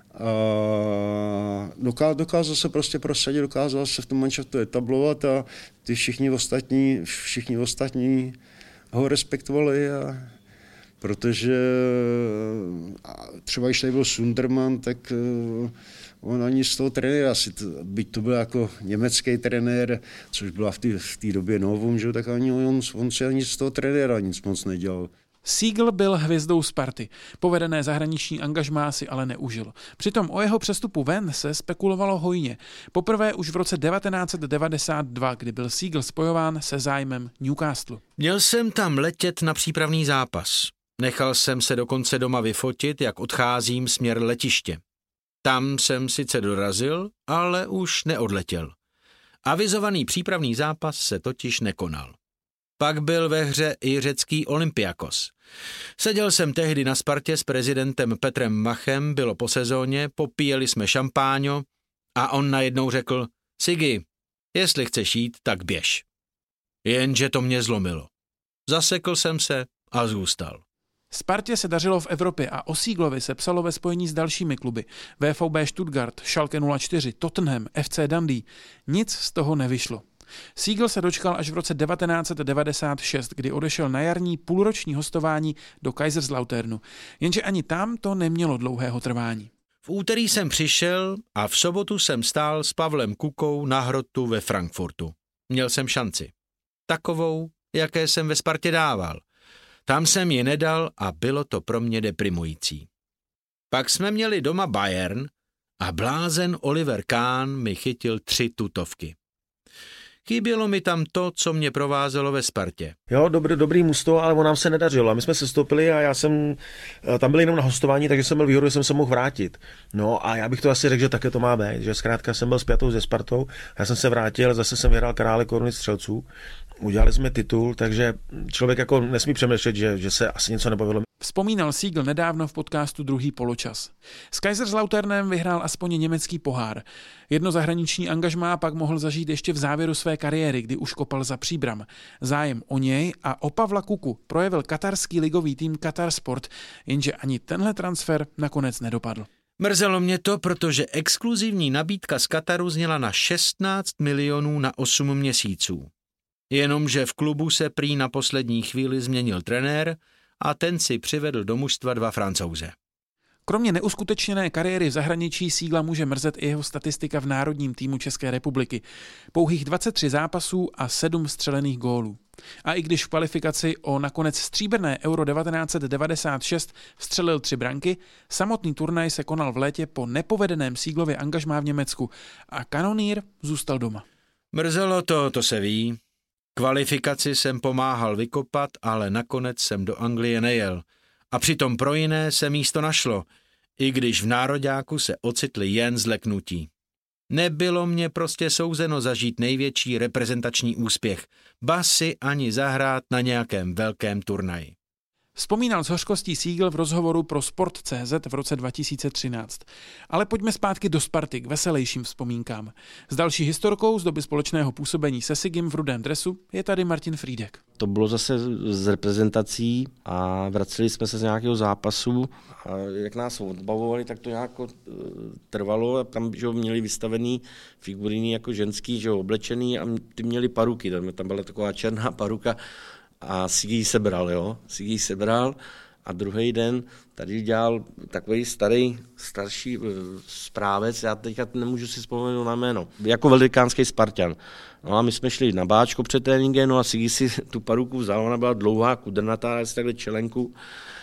a dokázal se prostě prosadit, dokázal se v tom manšaftu etablovat a ty všichni ostatní, všichni ostatní ho respektovali, a protože a třeba když tady byl Sunderman, tak on ani z toho trenéra, byť to byl jako německý trenér, což byla v té v té době novum, že, tak ani on, on si ani z toho trenéra nic moc nedělal. Siegl byl hvězdou Sparty. Povedené zahraniční angažmá si ale neužil. Přitom o jeho přestupu ven se spekulovalo hojně. Poprvé už v roce devatenáct set devadesát dva, kdy byl Siegl spojován se zájmem Newcastle. Měl jsem tam letět na přípravný zápas. Nechal jsem se dokonce doma vyfotit, jak odcházím směr letiště. Tam jsem sice dorazil, ale už neodletěl. Avizovaný přípravný zápas se totiž nekonal. Pak byl ve hře i řecký Olympiakos. Seděl jsem tehdy na Spartě s prezidentem Petrem Machem, bylo po sezóně, popíjeli jsme šampáňo a on najednou řekl: Sigi, jestli chceš jít, tak běž. Jenže to mě zlomilo. Zasekl jsem se a zůstal. Spartě se dařilo v Evropě a o Sieglovi se psalo ve spojení s dalšími kluby. VfB Stuttgart, Schalke nula čtyři, Tottenham, F C Dundee. Nic z toho nevyšlo. Siegl se dočkal až v roce devatenáct set devadesát šest, kdy odešel na jarní půlroční hostování do Kaiserslauternu. Jenže ani tam to nemělo dlouhého trvání. V úterý jsem přišel a v sobotu jsem stál s Pavlem Kukou na hrotu ve Frankfurtu. Měl jsem šanci. Takovou, jaké jsem ve Spartě dával. Tam jsem ji nedal a bylo to pro mě deprimující. Pak jsme měli doma Bayern a blázen Oliver Kahn mi chytil tři tutovky. Chybělo mi tam to, co mě provázelo ve Spartě. Jo, dobrý, dobrý musto, ale on nám se nedařilo. A my jsme se stoupili a já jsem tam byl jenom na hostování, takže jsem byl výhodu, že jsem se mohl vrátit. No a já bych to asi řekl, že také to má být, že zkrátka jsem byl spjatou se Spartou, já jsem se vrátil, zase jsem vyhrál krále koruny střelců, udělali jsme titul, takže člověk jako nesmí přemýšlet, že, že se asi něco nebavilo. Vzpomínal Siegl nedávno v podcastu Druhý poločas. S Kaiserslauternem vyhrál aspoň německý pohár. Jedno zahraniční angažmá pak mohl zažít ještě v závěru své kariéry, kdy už kopal za Příbram. Zájem o něj a o Pavla Kuku projevil katarský ligový tým Qatar Sport, jenže ani tenhle transfer nakonec nedopadl. Mrzelo mě to, protože exkluzivní nabídka z Kataru zněla na šestnáct milionů na osm měsíců. Jenomže v klubu se prý na poslední chvíli změnil trenér a ten si přivedl do mužstva dva Francouze. Kromě neuskutečněné kariéry v zahraničí Siegla může mrzet i jeho statistika v národním týmu České republiky. Pouhých dvacet tři zápasů a sedm střelených gólů. A i když v kvalifikaci o nakonec stříbrné Euro devatenáct set devadesát šest vstřelil tři branky, samotný turnaj se konal v létě po nepovedeném Sieglově angažmá v Německu a kanonýr zůstal doma. Mrzelo to, to se ví. Kvalifikaci jsem pomáhal vykopat, ale nakonec jsem do Anglie nejel. A přitom pro jiné se místo našlo, i když v nároďáku se ocitli jen zleknutí. Nebylo mě prostě souzeno zažít největší reprezentační úspěch, ba si ani zahrát na nějakém velkém turnaji. Vzpomínal s hořkostí Siegl v rozhovoru pro Sport tečka cé zet v roce dva tisíce třináct. Ale pojďme zpátky do Sparty k veselějším vzpomínkám. S další historkou z doby společného působení se Sigim v rudém dresu je tady Martin Frýdek. To bylo zase z reprezentací a vraceli jsme se z nějakého zápasu a jak nás odbavovali, tak to nějak trvalo a tam že měli vystavený figuriny jako ženský, že oblečený a ty měli paruky, tam, tam byla taková černá paruka. A Sigi sebral, jo, Sigi sebral a druhý den tady dělal takový starý, starší správec, já teďka nemůžu si vzpomenout na jméno, jako velikánský Spartan. No a my jsme šli na báčko před tréninkem, no a Sigi si tu paruku vzal, ona byla dlouhá, kudrnatá, asi takhle čelenku.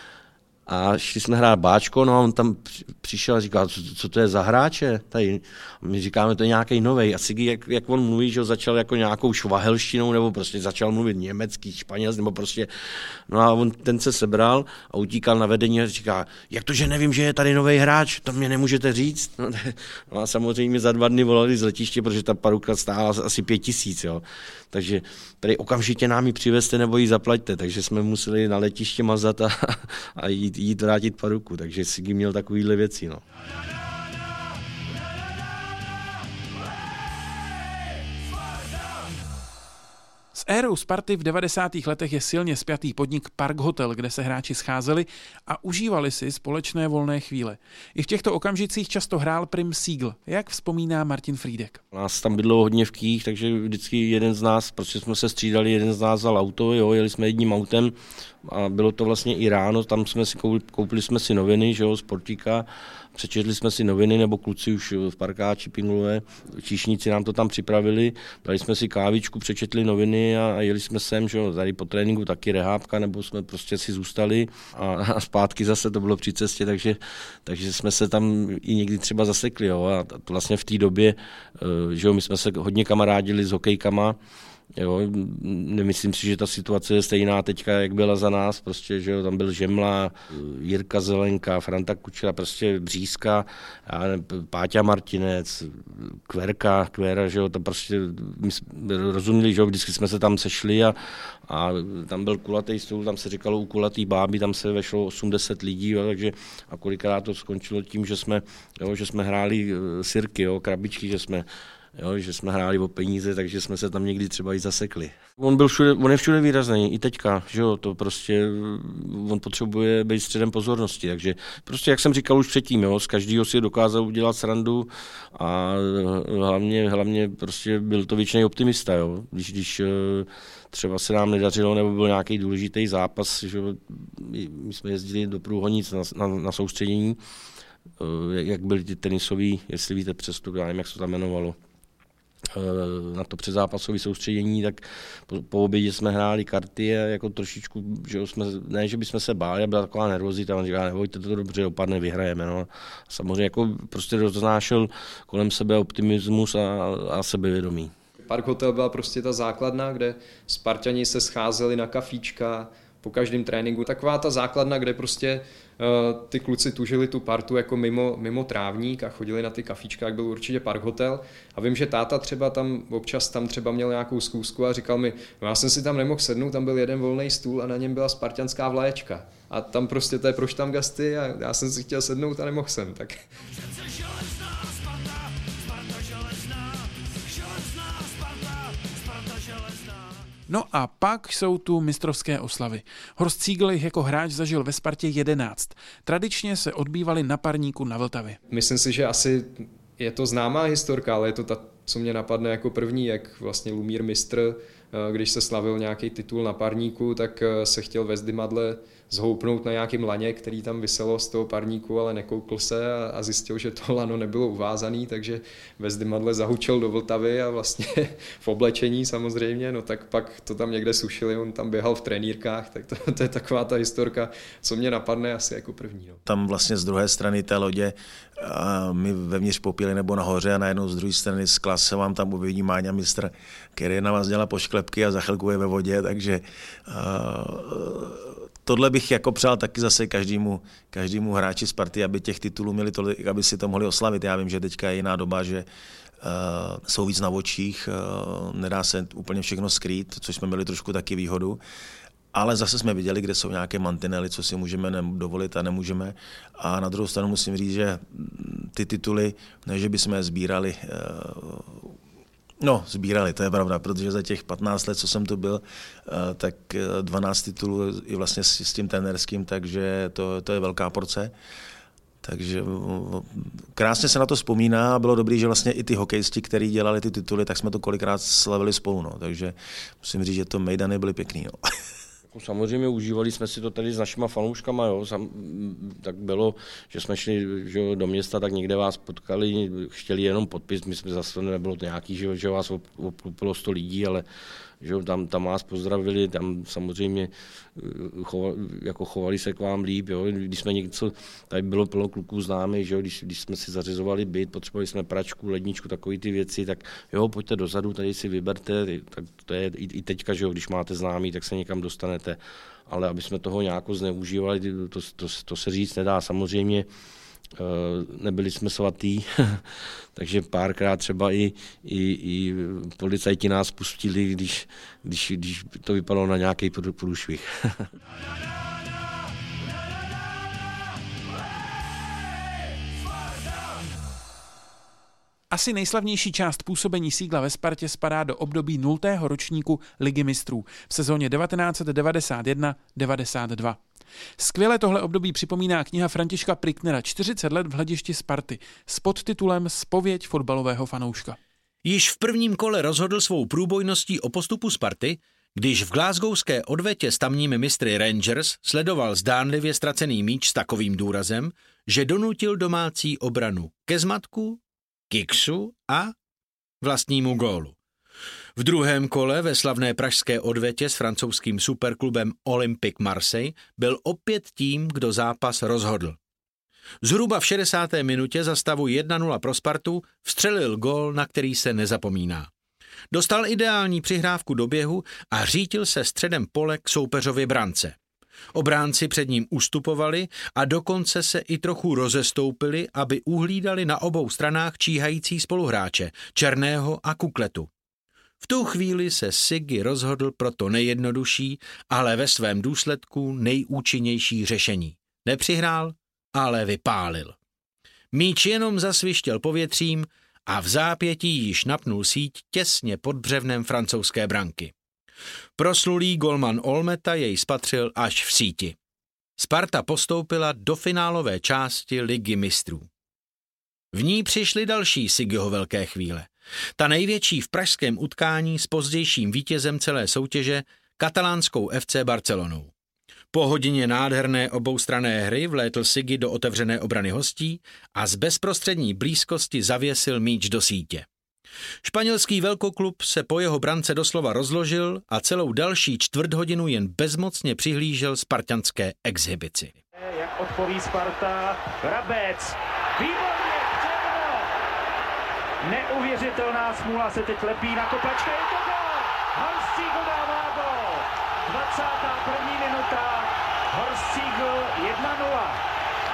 A šli jsme hrát báčko, no a on tam přišel a říkal, co, co to je za hráče? Tady. A my říkáme, to je nějaký novej. A Sigi, jak, jak on mluví, že začal jako nějakou švahelštinou, nebo prostě začal mluvit německý, španělský, nebo prostě, no a on ten se sebral a utíkal na vedení a říká, jak to, že nevím, že je tady novej hráč, to mě nemůžete říct? No, no a samozřejmě za dva dny volali z letiště, protože ta paruka stála asi pět tisíc, jo. Takže tady okamžitě nám ji přivezte nebo ji zaplaťte, takže jsme museli na letiště mazat a, a jít, jít vrátit paruku, takže Sigi měl takovýhle věci, no. S érou Sparty v devadesátých letech je silně spjatý podnik Park Hotel, kde se hráči scházeli a užívali si společné volné chvíle. I v těchto okamžicích často hrál prim Siegl, jak vzpomíná Martin Frýdek. Nás tam bydlo hodně v Kých, takže vždycky jeden z nás, protože jsme se střídali, jeden z nás vzal auto, jo, jeli jsme jedním autem a bylo to vlastně i ráno, tam jsme si koupili, koupili jsme si noviny, že jo, Sportíka, přečetli jsme si noviny, nebo kluci už v parkáči Pingulové, číšníci nám to tam připravili, dali jsme si kávičku, přečetli noviny a, a jeli jsme sem, že tady po tréninku taky rehábka, nebo jsme prostě si zůstali a, a zpátky zase to bylo při cestě, takže, takže jsme se tam i někdy třeba zasekli. Jo, a to vlastně v té době, že jo, my jsme se hodně kamarádili s hokejkama. Jo, nemyslím si, že ta situace je stejná teďka, jak byla za nás, prostě, že jo, tam byl Žemla, Jirka Zelenka, Franta Kučera, prostě Břízka, Páťa Martinec, Kverka, Kvera, že jo, to prostě my jsme rozuměli, že jo, vždycky jsme se tam sešli a, a tam byl kulatý stůl, tam se říkalo u kulatý báby, tam se vešlo osm deset lidí, jo, takže a kolikrát to skončilo tím, že jsme, jo, že jsme hráli sirky, jo, krabičky, že jsme Jo, že jsme hráli o peníze, takže jsme se tam někdy třeba i zasekli. On byl všude, on je všude výrazný, i teďka, že jo, to prostě, on potřebuje být středem pozornosti, takže prostě, jak jsem říkal už předtím, jo, z každého si dokázal udělat srandu a hlavně, hlavně prostě byl to věčný optimista, jo, když, když třeba se nám nedařilo, nebo byl nějaký důležitý zápas, že my jsme jezdili do Průhonic na, na, na soustředění, jak byly ty tenisový, jestli víte přesto, já nevím, jak se to tam jmenovalo, na to předzápasové soustředění, tak po, po obědě jsme hráli karty a jako trošičku, že jsme, ne, že bychom se báli, byla taková nervozita, on říká, nebojte, to dobře dopadne, vyhrajeme. No. Samozřejmě jako prostě roznášel kolem sebe optimismus a, a sebevědomí. Park Hotel byla prostě ta základna, kde Sparťani se scházeli na kafíčka po každém tréninku. Taková ta základna, kde prostě uh, ty kluci tužili tu partu jako mimo, mimo trávník a chodili na ty kafíčka, jak byl určitě Park Hotel. A vím, že táta třeba tam občas tam třeba měl nějakou schůzku a říkal mi, no já jsem si tam nemohl sednout, tam byl jeden volný stůl a na něm byla spartanská vlaječka. A tam prostě to je pro štamgasty a já jsem si chtěl sednout a nemohl jsem. Tak. No a pak jsou tu mistrovské oslavy. Horst Siegl jich jako hráč zažil ve Spartě jedenáct. Tradičně se odbývali na parníku na Vltavě. Myslím si, že asi je to známá historka, ale je to ta, co mě napadne jako první, jak vlastně Lumír mistr, když se slavil nějaký titul na parníku, tak se chtěl ve Zdymadle zhoupnout na nějakým laně, který tam viselo z toho parníku, ale nekoukl se a, a zjistil, že to lano nebylo uvázaný, takže ve Zdymadle zahučel do Vltavy a vlastně v oblečení samozřejmě, no tak pak to tam někde sušili, on tam běhal v trenýrkách, tak to, to je taková ta historka, co mě napadne asi jako první. No. Tam vlastně z druhé strany té lodě a my vevnitř popíli nebo nahoře a najednou z druhé strany z klas se vám tam objeví Máňa mistr, který na vás dělá pošklepky a za chvilku je ve vodě, takže uh, tohle bych jako přál taky zase každému, každému hráči Sparty, aby těch titulů měli tolik, aby si to mohli oslavit. Já vím, že teďka je jiná doba, že uh, jsou víc na očích, uh, nedá se úplně všechno skrýt, což jsme měli trošku taky výhodu. Ale zase jsme viděli, kde jsou nějaké mantinely, co si můžeme dovolit a nemůžeme. A na druhou stranu musím říct, že ty tituly, ne, že bychom je sbírali, uh, No, sbírali, to je pravda, protože za těch patnáct let, co jsem tu byl, tak dvanáct titulů i vlastně s tím trenérským, takže to, to je velká porce. Takže krásně se na to vzpomíná a bylo dobrý, že vlastně i ty hokejisti, kteří dělali ty tituly, tak jsme to kolikrát slavili spolu. No. Takže musím říct, že to mejdany byly pěkný. No. Samozřejmě užívali jsme si to tady s našima fanouškama, jo. Sam, tak bylo, že jsme šli že do města, tak někde vás potkali, chtěli jenom podpis, my jsme zase nebylo to nějaký, že, že vás obklopilo sto lidí, ale že tam, tam vás pozdravili, tam samozřejmě chova, jako chovali se k vám líp, jo. Když jsme něco, tady bylo plno kluků známých, že jo, když, když jsme si zařizovali byt, potřebovali jsme pračku, ledničku, takové ty věci, tak jo, pojďte dozadu, tady si vyberte, tak to je i, i teďka, že jo, když máte známý, tak se někam dostanete, ale aby jsme toho nějak zneužívali, to, to, to se říct nedá, samozřejmě. Nebyli jsme svatý, takže párkrát třeba i, i, i policajti nás pustili, když, když, když to vypadalo na nějaký průšvih. Asi nejslavnější část působení Siegla ve Spartě spadá do období nultého ročníku Ligy mistrů v sezóně devatenáct set devadesát jedna devadesát dva. Skvěle tohle období připomíná kniha Františka Pricknera čtyřicet let v hledišti Sparty s podtitulem Zpověď fotbalového fanouška. Již v prvním kole rozhodl svou průbojností o postupu Sparty, Když v glasgowské odvetě s tamními mistry Rangers sledoval zdánlivě ztracený míč s takovým důrazem, že donutil domácí obranu ke zmatku, kiksu a vlastnímu gólu. V druhém kole ve slavné pražské odvetě s francouzským superklubem Olympique Marseille byl opět tím, kdo zápas rozhodl. Zhruba v šedesáté minutě za stavu jedna nula pro Spartu vstřelil gól, na který se nezapomíná. Dostal ideální přihrávku do běhu a řítil se středem pole k soupeřově brance. Obránci před ním ustupovali a dokonce se i trochu rozestoupili, aby uhlídali na obou stranách číhající spoluhráče, Černého a Kukletu. V tu chvíli se Sigi rozhodl pro to nejjednodušší, ale ve svém důsledku nejúčinnější řešení. Nepřihrál, ale vypálil. Míč jenom zasvištěl povětřím a v zápětí již napnul síť těsně pod břevnem francouzské branky. Proslulý golman Olmeta jej spatřil až v síti. Sparta postoupila do finálové části Ligy mistrů. V ní přišly další Sigiho velké chvíle. Ta největší v pražském utkání s pozdějším vítězem celé soutěže, katalánskou F C Barcelonou. Po hodině nádherné oboustranné hry vlétl Sigi do otevřené obrany hostí a z bezprostřední blízkosti zavěsil míč do sítě. Španělský velkoklub se po jeho brance doslova rozložil a celou další čtvrt hodinu jen bezmocně přihlížel spartanské exhibici. Jak odpoví Sparta, Brabec, výborně, převo! Neuvěřitelná smůla se teď lepí na kopačka, je to gól! Horst Siegl dává gól! dvacátá první minuta, Horst Siegl jedna nula.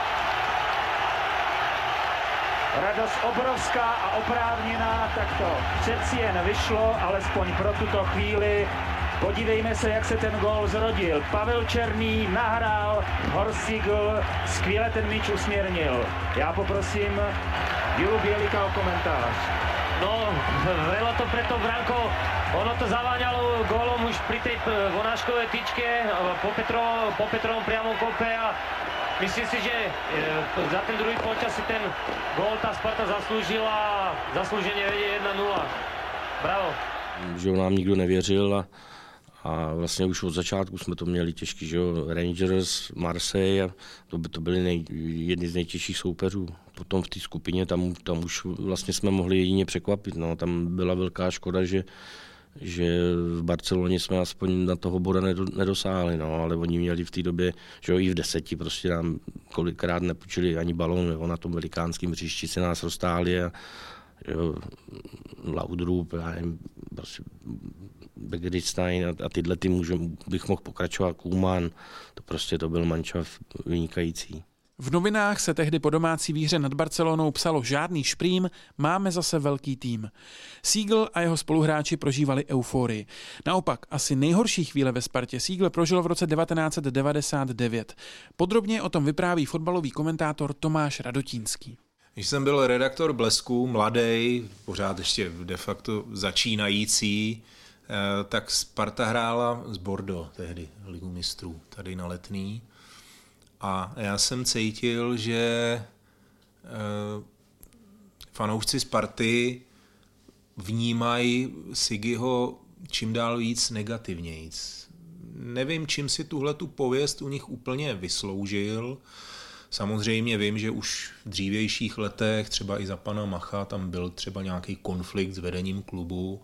Radost obrovská a oprávněná, tak to přeci jen vyšlo, alespoň pro tuto chvíli. Podívejme se, jak se ten gól zrodil. Pavel Černý nahrál, Horst Siegl skvěle ten míč usměrnil. Já poprosím Juru Bělika o komentář. No, vrelo to preto Branko, ono to zaváňalo gólom už pri tej vonáškovej tyčke po, Petro, po Petrovom priamom kope a myslím si, že za ten druhý polčas si ten gól ta Sparta zaslúžila a zaslúžene vedie jedna nula. Bravo. Že nám nikdo nevěřil a, a vlastně už od začátku jsme to měli těžký, že jo, Rangers, Marseille a to, by, to byly nej, jedni z nejtěžších soupeřů. Potom v té skupině tam, tam už vlastně jsme mohli jedině překvapit, no, tam byla velká škoda, že že v Barceloně jsme aspoň na toho boda nedosáhli, no, ale oni měli v té době, že jo, i v deseti prostě nám kolikrát nepůjčili ani balón, jo, na tom velikánském hřišti se nás roztáhli a jo, Laudrup, já nevím, prostě Begristein a, a tyhle ty můžem, bych mohl pokračovat, Koeman, to prostě to byl mančaft vynikající. V novinách se tehdy po domácí výhře nad Barcelonou psalo žádný šprým, máme zase velký tým. Siegl a jeho spoluhráči prožívali euforii. Naopak, asi nejhorší chvíle ve Spartě Siegl prožil v roce devatenáct set devadesát devět. Podrobně o tom vypráví fotbalový komentátor Tomáš Radotínský. Když jsem byl redaktor Blesku, mladý, pořád ještě de facto začínající, tak Sparta hrála z Bordeaux tehdy, Ligu mistrů, tady na Letný. A já jsem cítil, že e, fanoušci Sparty vnímají Sigiho čím dál víc negativnějc. Nevím, čím si tuhle tu pověst u nich úplně vysloužil. Samozřejmě vím, že už v dřívějších letech, třeba i za pana Macha, tam byl třeba nějaký konflikt s vedením klubu,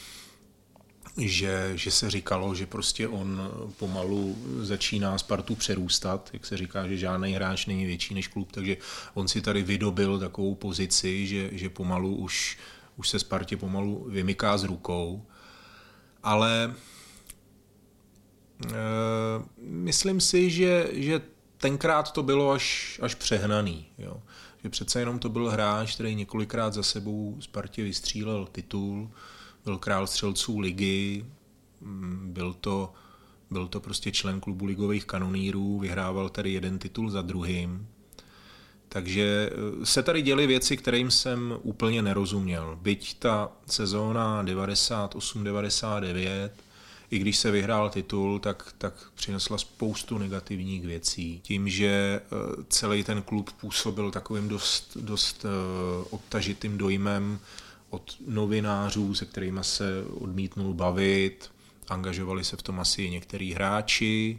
Že, že se říkalo, že prostě on pomalu začíná Spartu přerůstat, jak se říká, že žádný hráč není větší než klub, takže on si tady vydobil takovou pozici, že, že pomalu už, už se Spartě pomalu vymyká z rukou. Ale e, myslím si, že, že tenkrát to bylo až, až přehnaný. Jo. Že přece jenom to byl hráč, který několikrát za sebou Spartě vystřílel titul, byl král střelců ligy, byl to, byl to prostě člen klubu ligových kanonýrů, vyhrával tady jeden titul za druhým. Takže se tady děly věci, kterým jsem úplně nerozuměl. Byť ta sezóna devadesát osm devadesát devět, i když se vyhrál titul, tak, tak přinesla spoustu negativních věcí. Tím, že celý ten klub působil takovým dost, dost odtažitým dojmem od novinářů, se kterými se odmítnul bavit, angažovali se v tom asi některý hráči,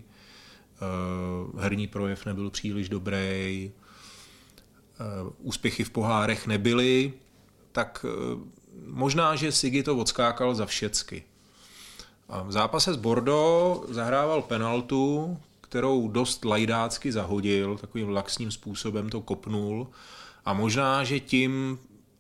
herní projev nebyl příliš dobrý, úspěchy v pohárech nebyly, tak možná, že Sigi to odskákal za všecky. A v zápase s Bordeaux zahrával penaltu, kterou dost lajdácky zahodil, takovým laxním způsobem to kopnul a možná, že tím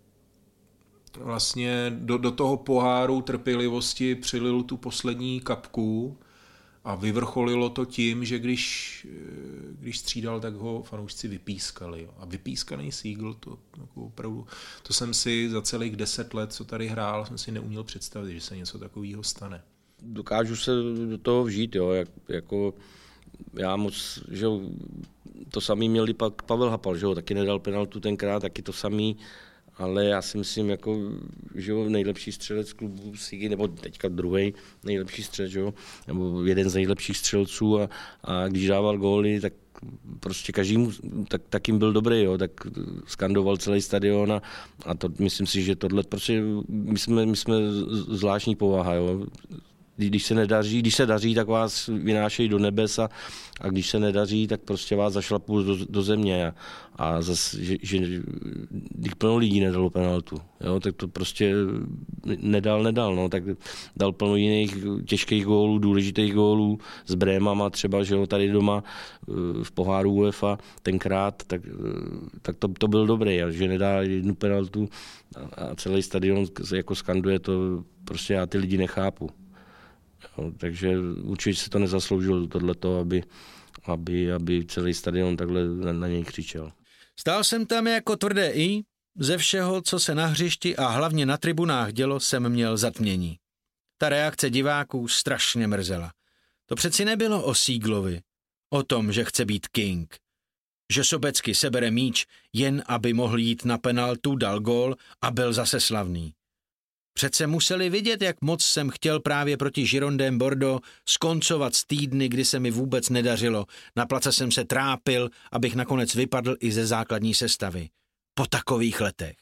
vlastně do, do toho poháru trpělivosti přilil tu poslední kapku a vyvrcholilo to tím, že když, když střídal, tak ho fanoušci vypískali. A vypískaný Siegl, to, jako opravdu, to jsem si za celých deset let, co tady hrál, jsem si neuměl představit, že se něco takového stane. Dokážu se do toho vžít, jo, jak, jako já moc, že to samý měl i pak Pavel Hapal, že jo, taky nedal penaltu tenkrát, taky to samý, ale já si myslím, jako, že jo, nejlepší střelec klubu Sigi, nebo teďka druhý nejlepší střelec, že jo, nebo jeden z nejlepších střelců a, a když dával góly, tak prostě každému, tak, tak jim byl dobrý, jo, tak skandoval celý stadion a, a to myslím si, že tohle, prostě my jsme, my jsme zvláštní povaha, jo. Když se nedaří, když se daří, tak vás vynášejí do nebes a, a když se nedaří, tak prostě vás zašlapou do, do země a, a zase, že, že když plno lidí nedalo penaltu, jo, tak to prostě nedal, nedal, no, tak dal plno jiných těžkých gólů, důležitých gólů s Brémama třeba, že jo, tady doma v poháru UEFA tenkrát, tak, tak to, to byl dobrý, a že nedá jednu penaltu a celý stadion jako skanduje, to prostě já ty lidi nechápu. Jo, takže určitě se to nezasloužilo tohleto, aby, aby, aby celý stadion takhle na, na něj křičel. Stál jsem tam jako tvrdé i, ze všeho, co se na hřišti a hlavně na tribunách dělo, jsem měl zatmění. Ta reakce diváků strašně mrzela. To přeci nebylo o Sieglovi, o tom, že chce být king. Že sobecky sebere míč, jen aby mohl jít na penaltu, dal gól a byl zase slavný. Přece museli vidět, jak moc jsem chtěl právě proti Girondin Bordeaux skoncovat z týdny, kdy se mi vůbec nedařilo. Na place jsem se trápil, abych nakonec vypadl i ze základní sestavy. Po takových letech.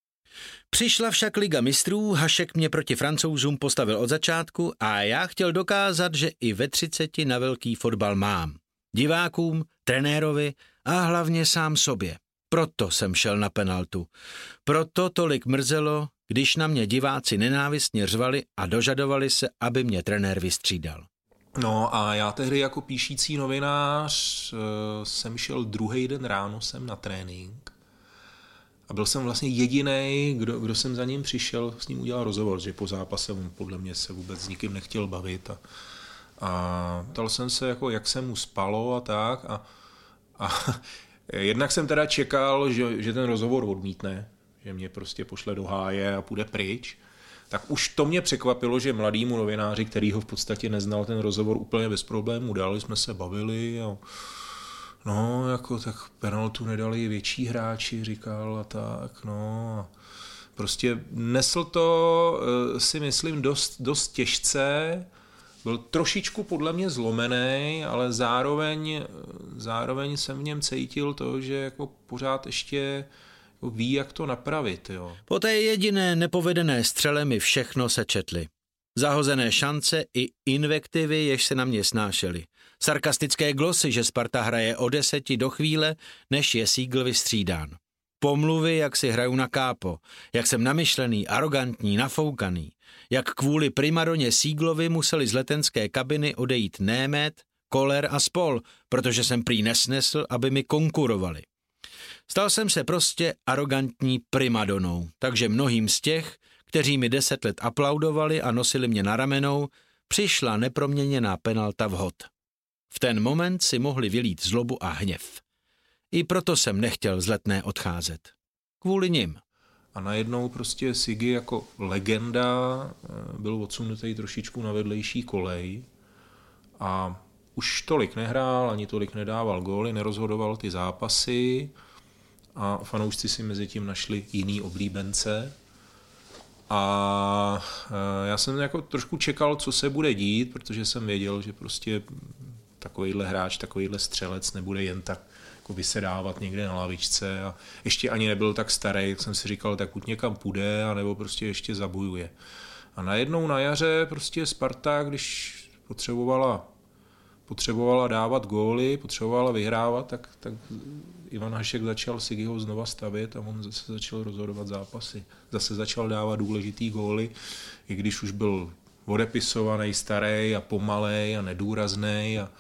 Přišla však Liga mistrů, Hašek mě proti Francouzům postavil od začátku a já chtěl dokázat, že i ve třiceti na velký fotbal mám. Divákům, trenérovi a hlavně sám sobě. Proto jsem šel na penaltu. Proto tolik mrzelo, když na mě diváci nenávistně řvali a dožadovali se, aby mě trenér vystřídal. No a já tehdy jako píšící novinář jsem šel druhý den ráno sem na trénink a byl jsem vlastně jedinej, kdo, kdo jsem za ním přišel, s ním udělal rozhovor, že po zápase on podle mě se vůbec s nikým nechtěl bavit a, a ptal jsem se, jako, jak se mu spalo a tak a, a jednak jsem teda čekal, že, že ten rozhovor odmítne, že mě prostě pošle do háje a půjde pryč, tak už to mě překvapilo, že mladýmu novináři, který ho v podstatě neznal, ten rozhovor úplně bez problémů dali, jsme se bavili a no, jako tak penaltu nedali větší hráči, říkal a tak, no. Prostě nesl to, si myslím, dost, dost těžce, byl trošičku podle mě zlomený, ale zároveň, zároveň jsem v něm cítil to, že jako pořád ještě ví, jak to napravit. Jo. Po té jediné nepovedené střele mi všechno sečetli. Zahozené šance i invektivy, jež se na mě snášely. Sarkastické glosy, že Sparta hraje o deseti do chvíle, než je Siegl vystřídán. Pomluvy, jak si hraju na kápo, jak jsem namyšlený, arrogantní, nafoukaný. Jak kvůli primadoně Sieglovi museli z letenské kabiny odejít Német, Koller a spol, protože jsem prý nesnesl, aby mi konkurovali. Stal jsem se prostě arrogantní primadonou, takže mnohým z těch, kteří mi deset let aplaudovali a nosili mě na ramenou, přišla neproměněná penalta vhod. V ten moment si mohli vylít zlobu a hněv. I proto jsem nechtěl z Letné odcházet. Kvůli nim. A najednou prostě Sigi jako legenda byl odsunutý trošičku na vedlejší kolej a už tolik nehrál, ani tolik nedával góly, nerozhodoval ty zápasy a fanoušci si mezi tím našli jiný oblíbence. A já jsem jako trošku čekal, co se bude dít, protože jsem věděl, že prostě takovýhle hráč, takovýhle střelec nebude jen tak jako vysedávat někde na lavičce a ještě ani nebyl tak starý, jak jsem si říkal, tak buď někam půjde, anebo prostě ještě zabojuje. A najednou na jaře prostě Sparta, když potřebovala, potřebovala dávat góly, potřebovala vyhrávat, tak, tak Ivan Hašek začal Sigiho znova stavět a on zase začal rozhodovat zápasy. Zase začal dávat důležitý góly, i když už byl odepisovaný, starý a pomalej a nedůrazný a,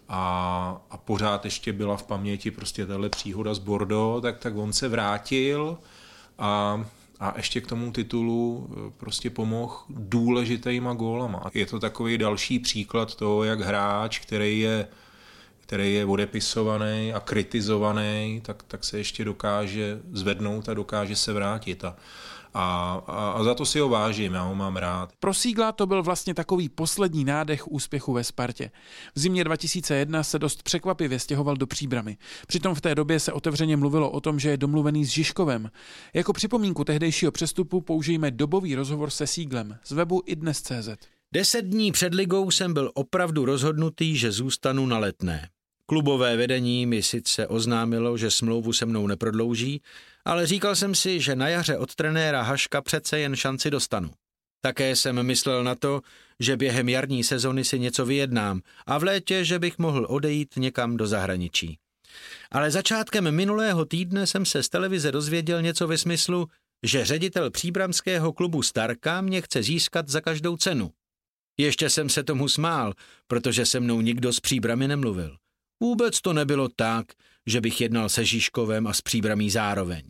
a, a pořád ještě byla v paměti prostě tahle příhoda z Bordeaux, tak, tak on se vrátil a A ještě k tomu titulu prostě pomohl důležitýma gólama. Je to takový další příklad toho, jak hráč, který je, který je odepisovaný a kritizovaný, tak, tak se ještě dokáže zvednout a dokáže se vrátit. A, a, a za to si ho vážím, já ho mám rád. Pro Siegla to byl vlastně takový poslední nádech úspěchu ve Spartě. V zimě dva tisíce jedna se dost překvapivě stěhoval do Příbrami. Přitom v té době se otevřeně mluvilo o tom, že je domluvený s Žižkovem. Jako připomínku tehdejšího přestupu použijeme dobový rozhovor se Sieglem z webu i dnes tečka cé zet. Deset dní před ligou jsem byl opravdu rozhodnutý, že zůstanu na Letné. Klubové vedení mi sice oznámilo, že smlouvu se mnou neprodlouží, ale říkal jsem si, že na jaře od trenéra Haška přece jen šanci dostanu. Také jsem myslel na to, že během jarní sezony si něco vyjednám a v létě, že bych mohl odejít někam do zahraničí. Ale začátkem minulého týdne jsem se z televize dozvěděl něco ve smyslu, že ředitel příbramského klubu Starka mě chce získat za každou cenu. Ještě jsem se tomu smál, protože se mnou nikdo z Příbrami nemluvil. Vůbec to nebylo tak, že bych jednal se Žižkovem a s Příbramí zároveň.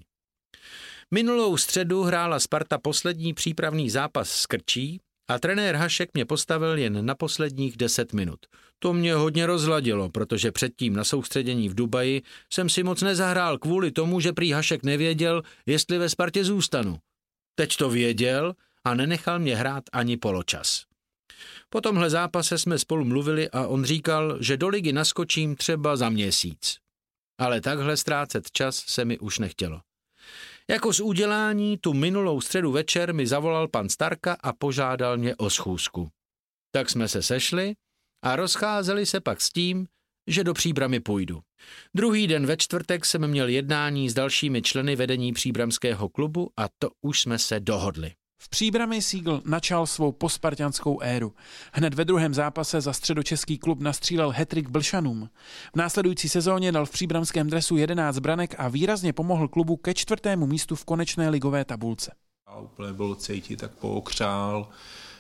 Minulou středu hrála Sparta poslední přípravný zápas s Krčí a trenér Hašek mě postavil jen na posledních deset minut. To mě hodně rozladilo, protože předtím na soustředění v Dubaji jsem si moc nezahrál kvůli tomu, že prý Hašek nevěděl, jestli ve Spartě zůstanu. Teď to věděl a nenechal mě hrát ani poločas. Po tomhle zápase jsme spolu mluvili a on říkal, že do ligy naskočím třeba za měsíc. Ale takhle ztrácet čas se mi už nechtělo. Jako z udělání tu minulou středu večer mi zavolal pan Starka a požádal mě o schůzku. Tak jsme se sešli a rozcházeli se pak s tím, že do Příbrami půjdu. Druhý den ve čtvrtek jsem měl jednání s dalšími členy vedení příbramského klubu a to už jsme se dohodli. V Příbrami Siegl načal svou posparťanskou éru. Hned ve druhém zápase za středočeský klub nastřílel hat-trick Blšanům. V následující sezóně dal v příbramském dresu jedenáct branek a výrazně pomohl klubu ke čtvrtému místu v konečné ligové tabulce. A úplně byl cítit, tak pookřál,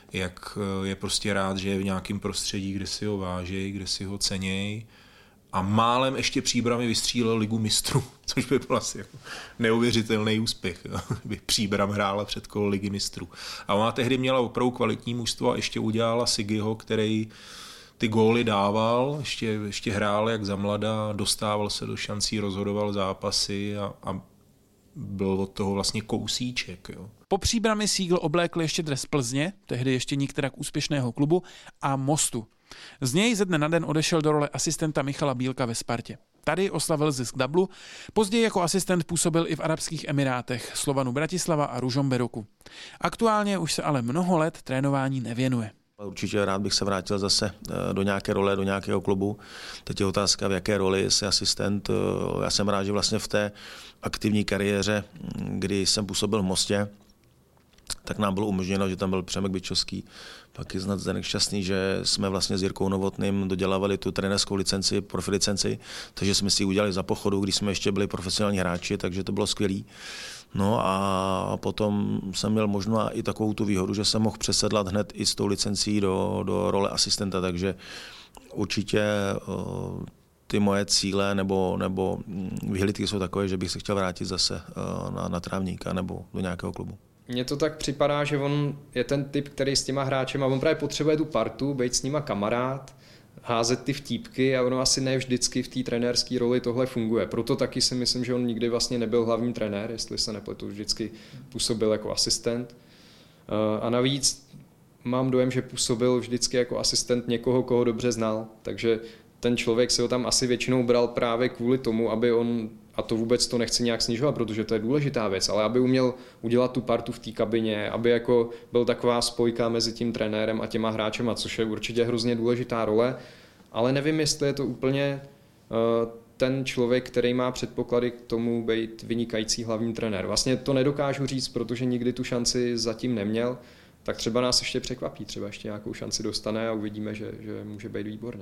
jak je prostě rád, že je v nějakém prostředí, kde si ho váží, kde si ho cenějí. A málem ještě Příbrami vystřílel ligu mistrů, což by byl asi jako neuvěřitelný úspěch, by Příbram hrála před kolo ligy mistrů. A ona tehdy měla opravdu kvalitní mužstvo a ještě udělala Sigiho, který ty góly dával, ještě, ještě hrál jak za mladá, dostával se do šancí, rozhodoval zápasy a, a byl od toho vlastně kousíček. Jo. Po Příbrami Siegl oblékl ještě dres Plzně, tehdy ještě nikterak úspěšného klubu, a Mostu. Z něj ze dne na den odešel do role asistenta Michala Bílka ve Spartě. Tady oslavil zisk dublu, později jako asistent působil i v Arabských Emirátech, Slovanu Bratislava a Ružomberoku. Aktuálně už se ale mnoho let trénování nevěnuje. Určitě rád bych se vrátil zase do nějaké role, do nějakého klubu. Teď je otázka, v jaké roli jsi asistent. Já jsem rád, že vlastně v té aktivní kariéře, kdy jsem působil v Mostě, tak nám bylo umožněno, že tam byl Přemek Byčovský, pak je snad Zdeněk Šťastný, že jsme vlastně s Jirkou Novotným dodělávali tu trenérskou licenci, profi licenci, takže jsme si ji udělali za pochodu, když jsme ještě byli profesionální hráči, takže to bylo skvělý. No a potom jsem měl možná i takovou tu výhodu, že jsem mohl přesedlat hned i s tou licencí do, do role asistenta, takže určitě ty moje cíle nebo, nebo vyhlídky jsou takové, že bych se chtěl vrátit zase na, na trávníka nebo do nějakého klubu. Mně to tak připadá, že on je ten typ, který s těma hráčema, on právě potřebuje tu partu, být s nima kamarád, házet ty vtípky a ono asi ne vždycky v té trenérské roli tohle funguje. Proto taky si myslím, že on nikdy vlastně nebyl hlavní trenér, jestli se nepletu, vždycky působil jako asistent. A navíc mám dojem, že působil vždycky jako asistent někoho, koho dobře znal, takže ten člověk si ho tam asi většinou bral právě kvůli tomu, aby on, a to vůbec to nechci nějak snižovat, protože to je důležitá věc, ale aby uměl udělat tu partu v té kabině, aby jako byl taková spojka mezi tím trenérem a těma hráčema, což je určitě hrozně důležitá role, ale nevím, jestli je to úplně uh, ten člověk, který má předpoklady k tomu být vynikající hlavní trenér. Vlastně to nedokážu říct, protože nikdy tu šanci zatím neměl. tak třeba nás ještě překvapí, třeba ještě nějakou šanci dostane a uvidíme, že, že může být výborný.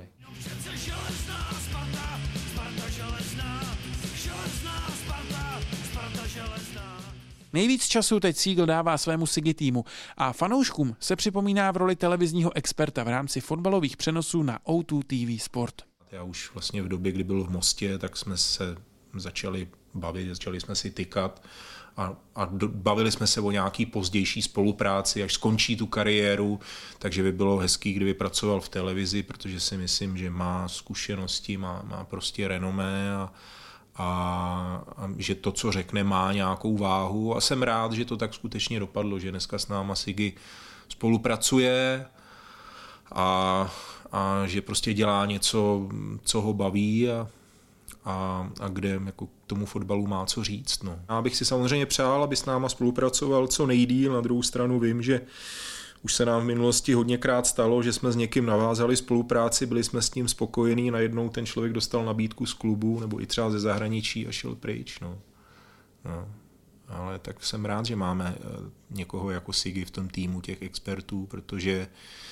Nejvíc času teď Sígl dává svému Sigi týmu a fanouškům se připomíná v roli televizního experta v rámci fotbalových přenosů na O dva T V Sport. Já už vlastně v době, kdy byl v Mostě, tak jsme se začali bavit, začali jsme si tykat a, a do, bavili jsme se o nějaký pozdější spolupráci, až skončí tu kariéru, takže by bylo hezký, kdyby pracoval v televizi, protože si myslím, že má zkušenosti, má, má prostě renomé a A, a že to, co řekne, má nějakou váhu a jsem rád, že to tak skutečně dopadlo, že dneska s náma Sigi spolupracuje a, a že prostě dělá něco, co ho baví a, a, a kde jako k tomu fotbalu má co říct. No. Já bych si samozřejmě přál, aby s náma spolupracoval co nejdýl, na druhou stranu vím, že už se nám v minulosti hodněkrát stalo, že jsme s někým navázali spolupráci, byli jsme s tím spokojení, najednou ten člověk dostal nabídku z klubu nebo i třeba ze zahraničí a šel pryč. No. No. Ale tak jsem rád, že máme někoho jako Sigi v tom týmu těch expertů, protože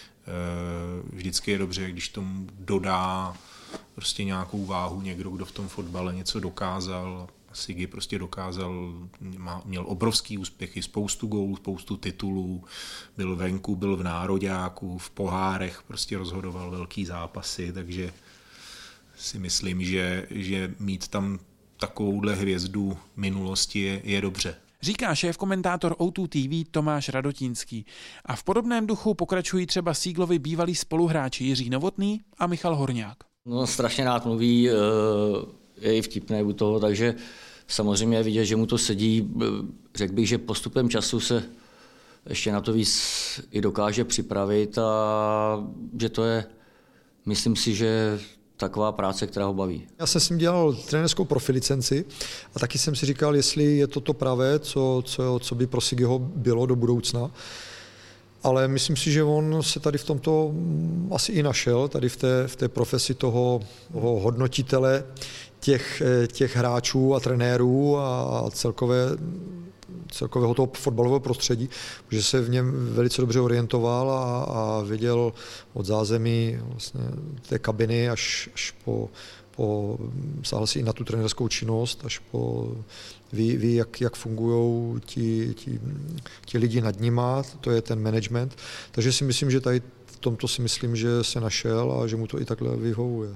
vždycky je dobře, když tomu dodá prostě nějakou váhu někdo, kdo v tom fotbale něco dokázal. Sigi prostě dokázal, měl obrovský úspěchy, spoustu gólů, spoustu titulů, byl venku, byl v nároďáku, v pohárech, prostě rozhodoval velký zápasy, takže si myslím, že, že mít tam takovouhle hvězdu minulosti je, je dobře. Říká šéf-komentátor O dva T V Tomáš Radotínský. A v podobném duchu pokračují třeba Síglovi bývalí spoluhráči Jiří Novotný a Michal Horňák. No, strašně rád mluví, je i vtipné u toho, takže samozřejmě je vidět, že mu to sedí. Řekl bych, že postupem času se ještě na to víc i dokáže připravit a že to je, myslím si, že taková práce, která ho baví. Já jsem s ním dělal trenérskou profilicenci a taky jsem si říkal, jestli je to to pravé, co, co, co by pro Sigiho bylo do budoucna. Ale myslím si, že on se tady v tomto asi i našel, tady v té, v té profesi toho, toho hodnotitele těch, těch hráčů a trenérů a celkové, celkového toho fotbalového prostředí, že se v něm velice dobře orientoval a, a věděl od zázemí vlastně té kabiny až, až po, po sáhl si i na tu trenérskou činnost, až po ví, ví jak, jak fungují ti, ti, ti lidi nad nima, to je ten management. Takže si myslím, že tady v tomto si myslím, že se našel a že mu to i takhle vyhovuje.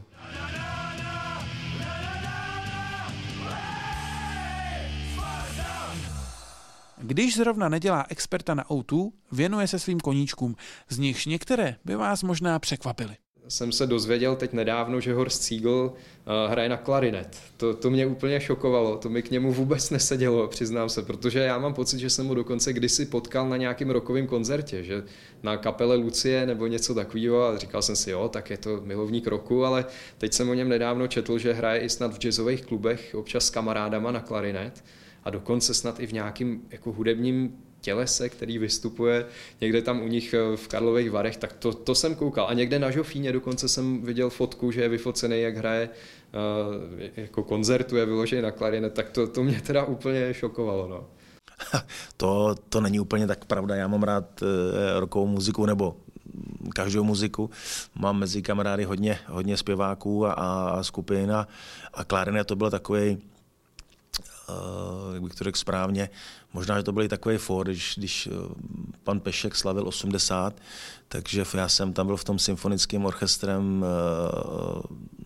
Když zrovna nedělá experta na O dva, věnuje se svým koníčkům, z nichž některé by vás možná překvapily. Jsem se dozvěděl teď nedávno, že Horst Siegl hraje na klarinet. To, to mě úplně šokovalo, to mi k němu vůbec nesedělo, přiznám se, protože já mám pocit, že jsem mu dokonce kdysi potkal na nějakém rockovém koncertě, že na kapele Lucie nebo něco takového a říkal jsem si, jo, tak je to milovník rocku, ale teď jsem o něm nedávno četl, že hraje i snad v jazzových klubech, občas s kamarádama na klarinet a dokonce snad i v nějakým jako hudebním tělese, který vystupuje někde tam u nich v Karlových Varech, tak to, to jsem koukal. A někde na Žofíně dokonce jsem viděl fotku, že je vyfocený, jak hraje, uh, jako koncertuje vyložený na klarinet, tak to, to mě teda úplně šokovalo. No. To, to není úplně tak pravda. Já mám rád uh, rockovou muziku nebo každou muziku. Mám mezi kamarády hodně, hodně zpěváků a, a skupin a, a klarinet to byl takový, Uh, jak bych to řekl správně, možná, že to byl i takový for, když, když uh, pan Pešek slavil osmdesát, takže já jsem tam byl v tom symfonickém orchestrem uh,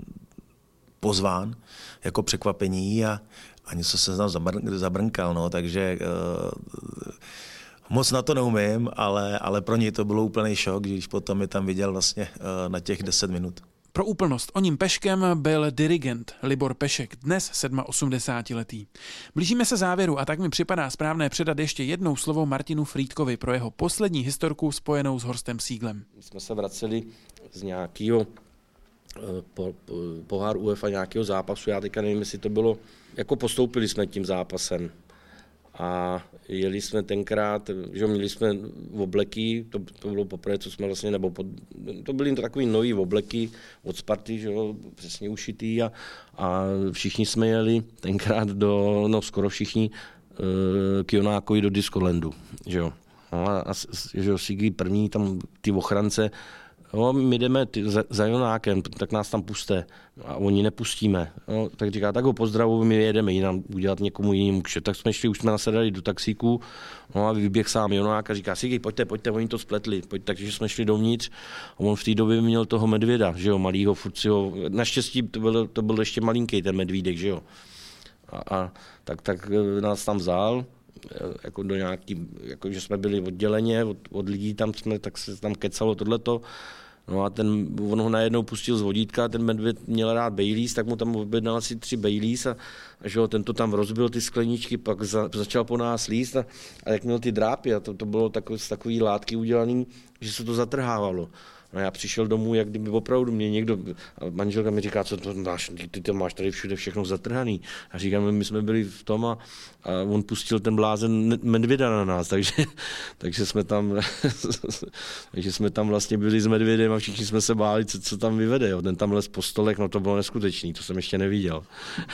pozván jako překvapení a, a něco jsem tam zabr- zabrnkal, no, takže uh, moc na to neumím, ale, ale pro něj to bylo úplný šok, když potom je tam viděl vlastně uh, na těch deset minut. Pro úplnost, o ním Peškem byl dirigent Libor Pešek, dnes osmdesátiletý. Blížíme se závěru a tak mi připadá správné předat ještě jednou slovo Martinu Frýdkovi pro jeho poslední historku spojenou s Horstem Sieglem. My jsme se vraceli z nějakého po, po, pohár U E F A nějakého zápasu, já teďka nevím, jestli to bylo, jako postoupili jsme tím zápasem. A jeli jsme tenkrát, že měli jsme obleky, to, to bylo poprvé, co jsme vlastně, nebo pod, to byly takový nový obleky od Sparty, že jo, přesně ušitý a, a všichni jsme jeli tenkrát do, no skoro všichni, k Jonákovi do Discolandu, že jo. No a, a že Sigli první, tam ty ochrance, no, my jdeme ty, za, za Jonákem, tak nás tam puste. A oni nepustíme. No, tak říká, tak ho pozdravuji, my jedeme jinam udělat někomu jinému kšet. Tak jsme šli, už jsme nasedali do taxíku, no a vyběh sám Jonák a říká, Sigi, pojďte, pojďte, oni to spletli. Pojď, takže jsme šli dovnitř a on v té době měl toho medvěda, že jo, malýho, furt si ho, naštěstí to byl, to byl ještě malinký ten medvídek, že jo. A, a tak, tak nás tam vzal, jako do nějaký, jako že jsme byli odděleně od, od lidí, tam jsme, tak se tam kecalo tohleto. No a ten, on ho najednou pustil z vodítka, ten medvěd měl rád Baileys, tak mu tam objednal asi tři Baileys a, a že ho tento tam rozbil ty skleničky, pak za, začal po nás líst a, a jak měl ty drápy a to, to bylo takové, z takový látky udělaný, že se to zatrhávalo. No já přišel domů, jak kdyby opravdu mě někdo, a manželka mi říká, co to máš, ty, ty to máš tady všude všechno zatrhaný. A říkám, my jsme byli v tom a, a on pustil ten blázen medvěda na nás, takže, takže jsme tam takže jsme tam vlastně byli s medvědem a všichni jsme se báli, co, co tam vyvede. Jo. Ten tam les po stolech, no to bylo neskutečný, to jsem ještě neviděl.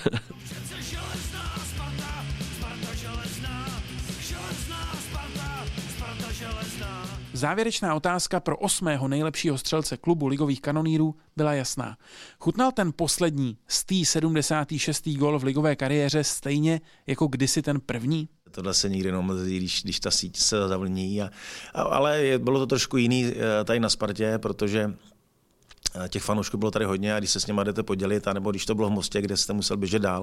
Závěrečná otázka pro osmého nejlepšího střelce klubu ligových kanonýrů byla jasná. Chutnal ten poslední z té sedmdesátý šestý gól v ligové kariéře stejně jako kdysi ten první? Tohle se nikdy neomezí, když, když ta síť se zavlní. A, a, ale bylo to trošku jiný tady na Spartě, protože těch fanoušků bylo tady hodně a když se s nimi jdete podělit, anebo když to bylo v Mostě, kde jste musel běžet dál,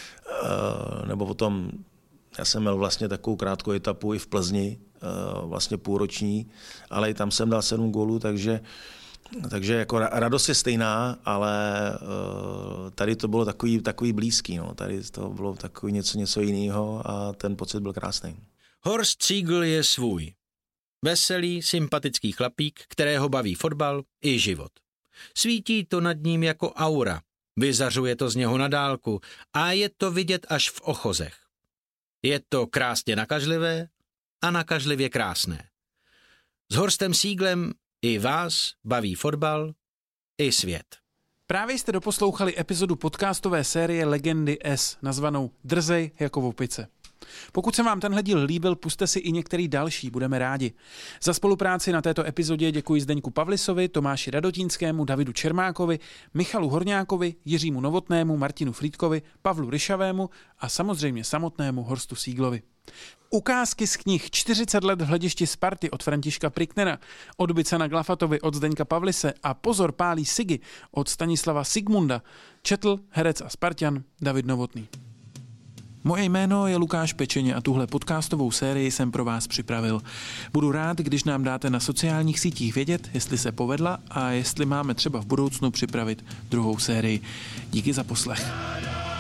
nebo potom já jsem měl vlastně takovou krátkou etapu i v Plzni, vlastně půlroční, ale i tam jsem dal sedm gólů, takže, takže jako radost je stejná, ale tady to bylo takový, takový blízký, no. Tady to bylo takový něco, něco jiného a ten pocit byl krásný. Horst Siegl je svůj. Veselý, sympatický chlapík, kterého baví fotbal i život. Svítí to nad ním jako aura, vyzařuje to z něho na dálku a je to vidět až v ochozech. Je to krásně nakažlivé a nakažlivě krásné. S Horstem Sieglem i vás baví fotbal i svět. Právě jste doposlouchali epizodu podcastové série Legendy S, nazvanou Drzej jako opice. Pokud se vám tenhle díl líbil, pusťte si i některý další, budeme rádi. Za spolupráci na této epizodě děkuji Zdeňku Pavlisovi, Tomáši Radotínskému, Davidu Čermákovi, Michalu Horňákovi, Jiřímu Novotnému, Martinu Frýdkovi, Pavlu Ryšavému a samozřejmě samotnému Horstu Sieglovi. Ukázky z knih čtyřicet let v hledišti Sparty od Františka Priknera, od Bicana Glafatovi od Zdeňka Pavlise a Pozor pálí Sigi od Stanislava Sigmunda četl herec a Spartan David Novotný. Moje jméno je Lukáš Pečeně a tuhle podcastovou sérii jsem pro vás připravil. Budu rád, když nám dáte na sociálních sítích vědět, jestli se povedla a jestli máme třeba v budoucnu připravit druhou sérii. Díky za poslech.